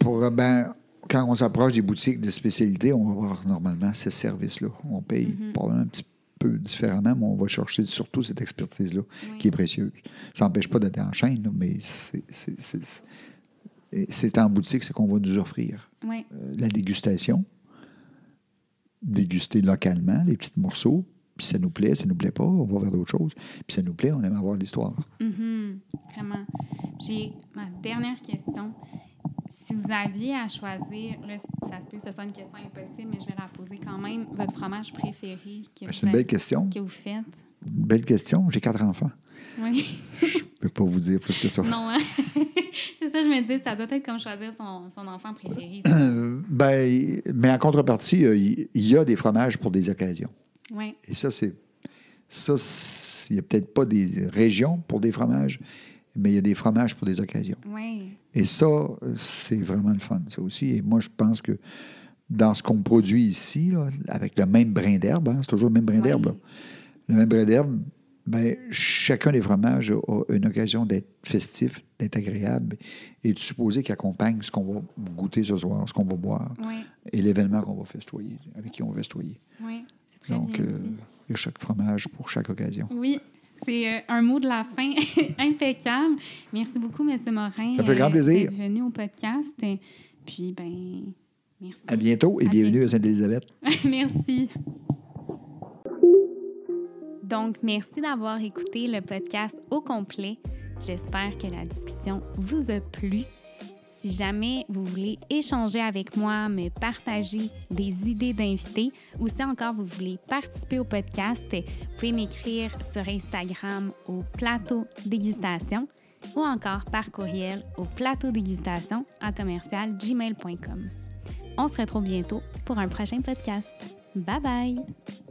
Quand on s'approche des boutiques de spécialité, on va avoir normalement ce service-là. On paye probablement peu différemment, mais on va chercher surtout cette expertise-là Oui. qui est précieuse. Ça n'empêche pas d'être en chaîne, là, mais c'est en boutique, c'est qu'on va nous offrir Oui. la dégustation, déguster localement les petits morceaux, puis ça nous plaît pas, on va vers d'autres choses, puis ça nous plaît, on aime avoir l'histoire. Vraiment. J'ai ma dernière question. Si vous aviez à choisir, là, ça se peut que ce soit une question impossible, mais je vais la poser quand même, votre fromage préféré C'est une belle question. que vous faites? Une belle question. J'ai 4 enfants. Oui. Je ne peux pas vous dire plus que ça. Non, hein? C'est ça, je me dis, ça doit être comme choisir son enfant préféré. Mais en contrepartie, il y a des fromages pour des occasions. Oui. Et il n'y a peut-être pas des régions pour des fromages, mais il y a des fromages pour des occasions. Oui. Et ça, c'est vraiment le fun, ça aussi. Et moi, je pense que dans ce qu'on produit ici, là, avec le même brin d'herbe, c'est toujours le même brin d'herbe, là. Le même brin d'herbe, chacun des fromages a une occasion d'être festif, d'être agréable et de supposer qu'il accompagne ce qu'on va goûter ce soir, ce qu'on va boire et l'événement qu'on va festoyer, avec qui on va festoyer. Oui, c'est très Donc, bien dit. il y a chaque fromage pour chaque occasion. Oui, c'est un mot de la fin impeccable. Merci beaucoup, M. Morin. Ça me fait grand plaisir. D'être venu au podcast. Puis, merci. À bientôt et bienvenue à Sainte-Élisabeth. Merci. Donc, merci d'avoir écouté le podcast au complet. J'espère que la discussion vous a plu. Si jamais vous voulez échanger avec moi, me partager des idées d'invités ou si encore vous voulez participer au podcast, vous pouvez m'écrire sur Instagram au Plateau Dégustation ou encore par courriel au plateaudégustation@gmail.com. On se retrouve bientôt pour un prochain podcast. Bye bye!